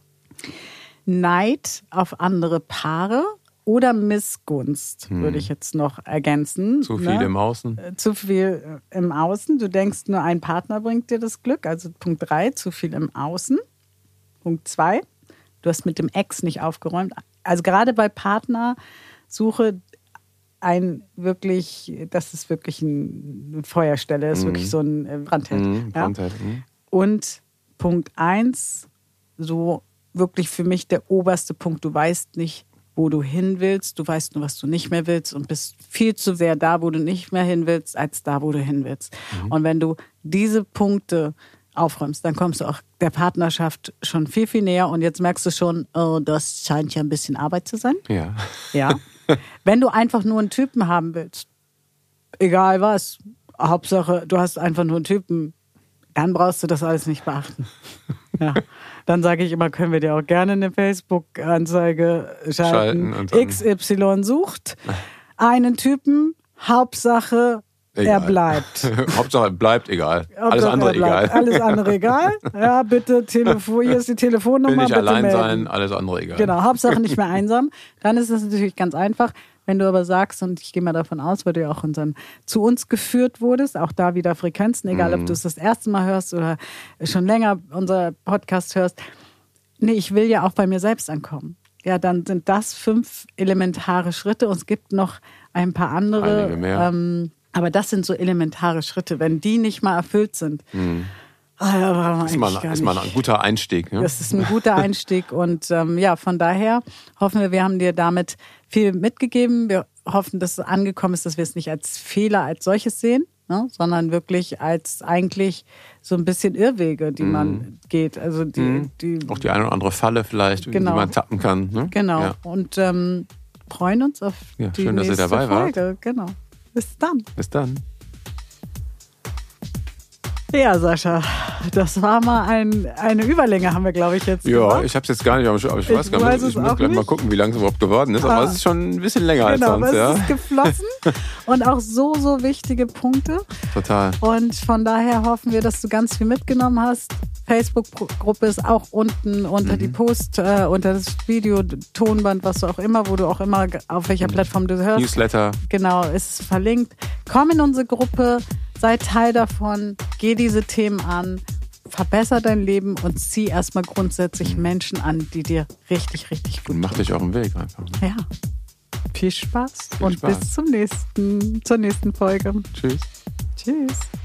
Neid auf andere Paare oder Missgunst, mhm. würde ich jetzt noch ergänzen. Zu viel ne? im Außen. Zu viel im Außen. Du denkst, nur ein Partner bringt dir das Glück. Also Punkt drei, zu viel im Außen. Punkt zwei, du hast mit dem Ex nicht aufgeräumt. Also gerade bei Partner Suche ein wirklich, das ist wirklich eine Feuerstelle, das ist mm. wirklich so ein Brandherd. Mm, Brandherd ja. mm. Und Punkt eins, so wirklich für mich der oberste Punkt, du weißt nicht, wo du hin willst, du weißt nur, was du nicht mehr willst und bist viel zu sehr da, wo du nicht mehr hin willst, als da, wo du hin willst. Mm. Und wenn du diese Punkte aufräumst, dann kommst du auch der Partnerschaft schon viel, viel näher und jetzt merkst du schon, oh, das scheint ja ein bisschen Arbeit zu sein. Ja. Ja. Wenn du einfach nur einen Typen haben willst, egal was, Hauptsache, du hast einfach nur einen Typen, dann brauchst du das alles nicht beachten. Ja. Dann sage ich immer, können wir dir auch gerne eine Facebook-Anzeige schalten. schalten X Y sucht einen Typen, Hauptsache, egal. Er bleibt. Hauptsache bleibt egal. Hauptsache alles andere egal. Alles andere egal. Ja, bitte, Telefon, hier ist die Telefonnummer. Will nicht bitte allein melden. sein, alles andere egal. Genau, Hauptsache nicht mehr einsam. Dann ist es natürlich ganz einfach. Wenn du aber sagst, und ich gehe mal davon aus, weil du ja auch unseren, zu uns geführt wurdest, auch da wieder Frequenzen, egal mm. ob du es das erste Mal hörst oder schon länger unser Podcast hörst. Nee, ich will ja auch bei mir selbst ankommen. Ja, dann sind das fünf elementare Schritte und es gibt noch ein paar andere. Einige mehr. Ähm, Aber das sind so elementare Schritte. Wenn die nicht mal erfüllt sind, mhm. ah, ist, mal, ist mal ein guter Einstieg. Ne? Das ist ein guter Einstieg. Und ähm, ja, von daher hoffen wir, wir haben dir damit viel mitgegeben. Wir hoffen, dass es angekommen ist, dass wir es nicht als Fehler als solches sehen, ne? Sondern wirklich als eigentlich so ein bisschen Irrwege, die mhm. man geht. Also die, mhm. die, auch die eine oder andere Falle vielleicht, genau. die man tappen kann. Ne? Genau. Ja. Und ähm, freuen uns auf ja, die schön, nächste dass ihr dabei Folge. wart. Genau. Bis dann. Bis dann. Ja, Sascha, das war mal ein, eine Überlänge, haben wir, glaube ich, jetzt Ja, gemacht. ich habe es jetzt gar nicht, aber ich, aber ich weiß ich gar weiß nicht. Ich muss gleich nicht. mal gucken, wie lang es überhaupt geworden ist. Ah. Aber es ist schon ein bisschen länger genau, als sonst. Aber es ja. ist geflossen und auch so, so wichtige Punkte. Total. Und von daher hoffen wir, dass du ganz viel mitgenommen hast. Facebook-Gruppe ist auch unten unter mhm. die Post, äh, unter das Video, Tonband, was du auch immer, wo du auch immer, auf welcher Plattform du hörst. Newsletter. Genau, ist verlinkt. Komm in unsere Gruppe, sei Teil davon, geh diese Themen an, verbessere dein Leben und zieh erstmal grundsätzlich mhm. Menschen an, die dir richtig, richtig gut und mach dich auf den Weg einfach. Ja. Viel Spaß Viel und Spaß. bis zum nächsten, zur nächsten Folge. Tschüss. Tschüss. Tschüss.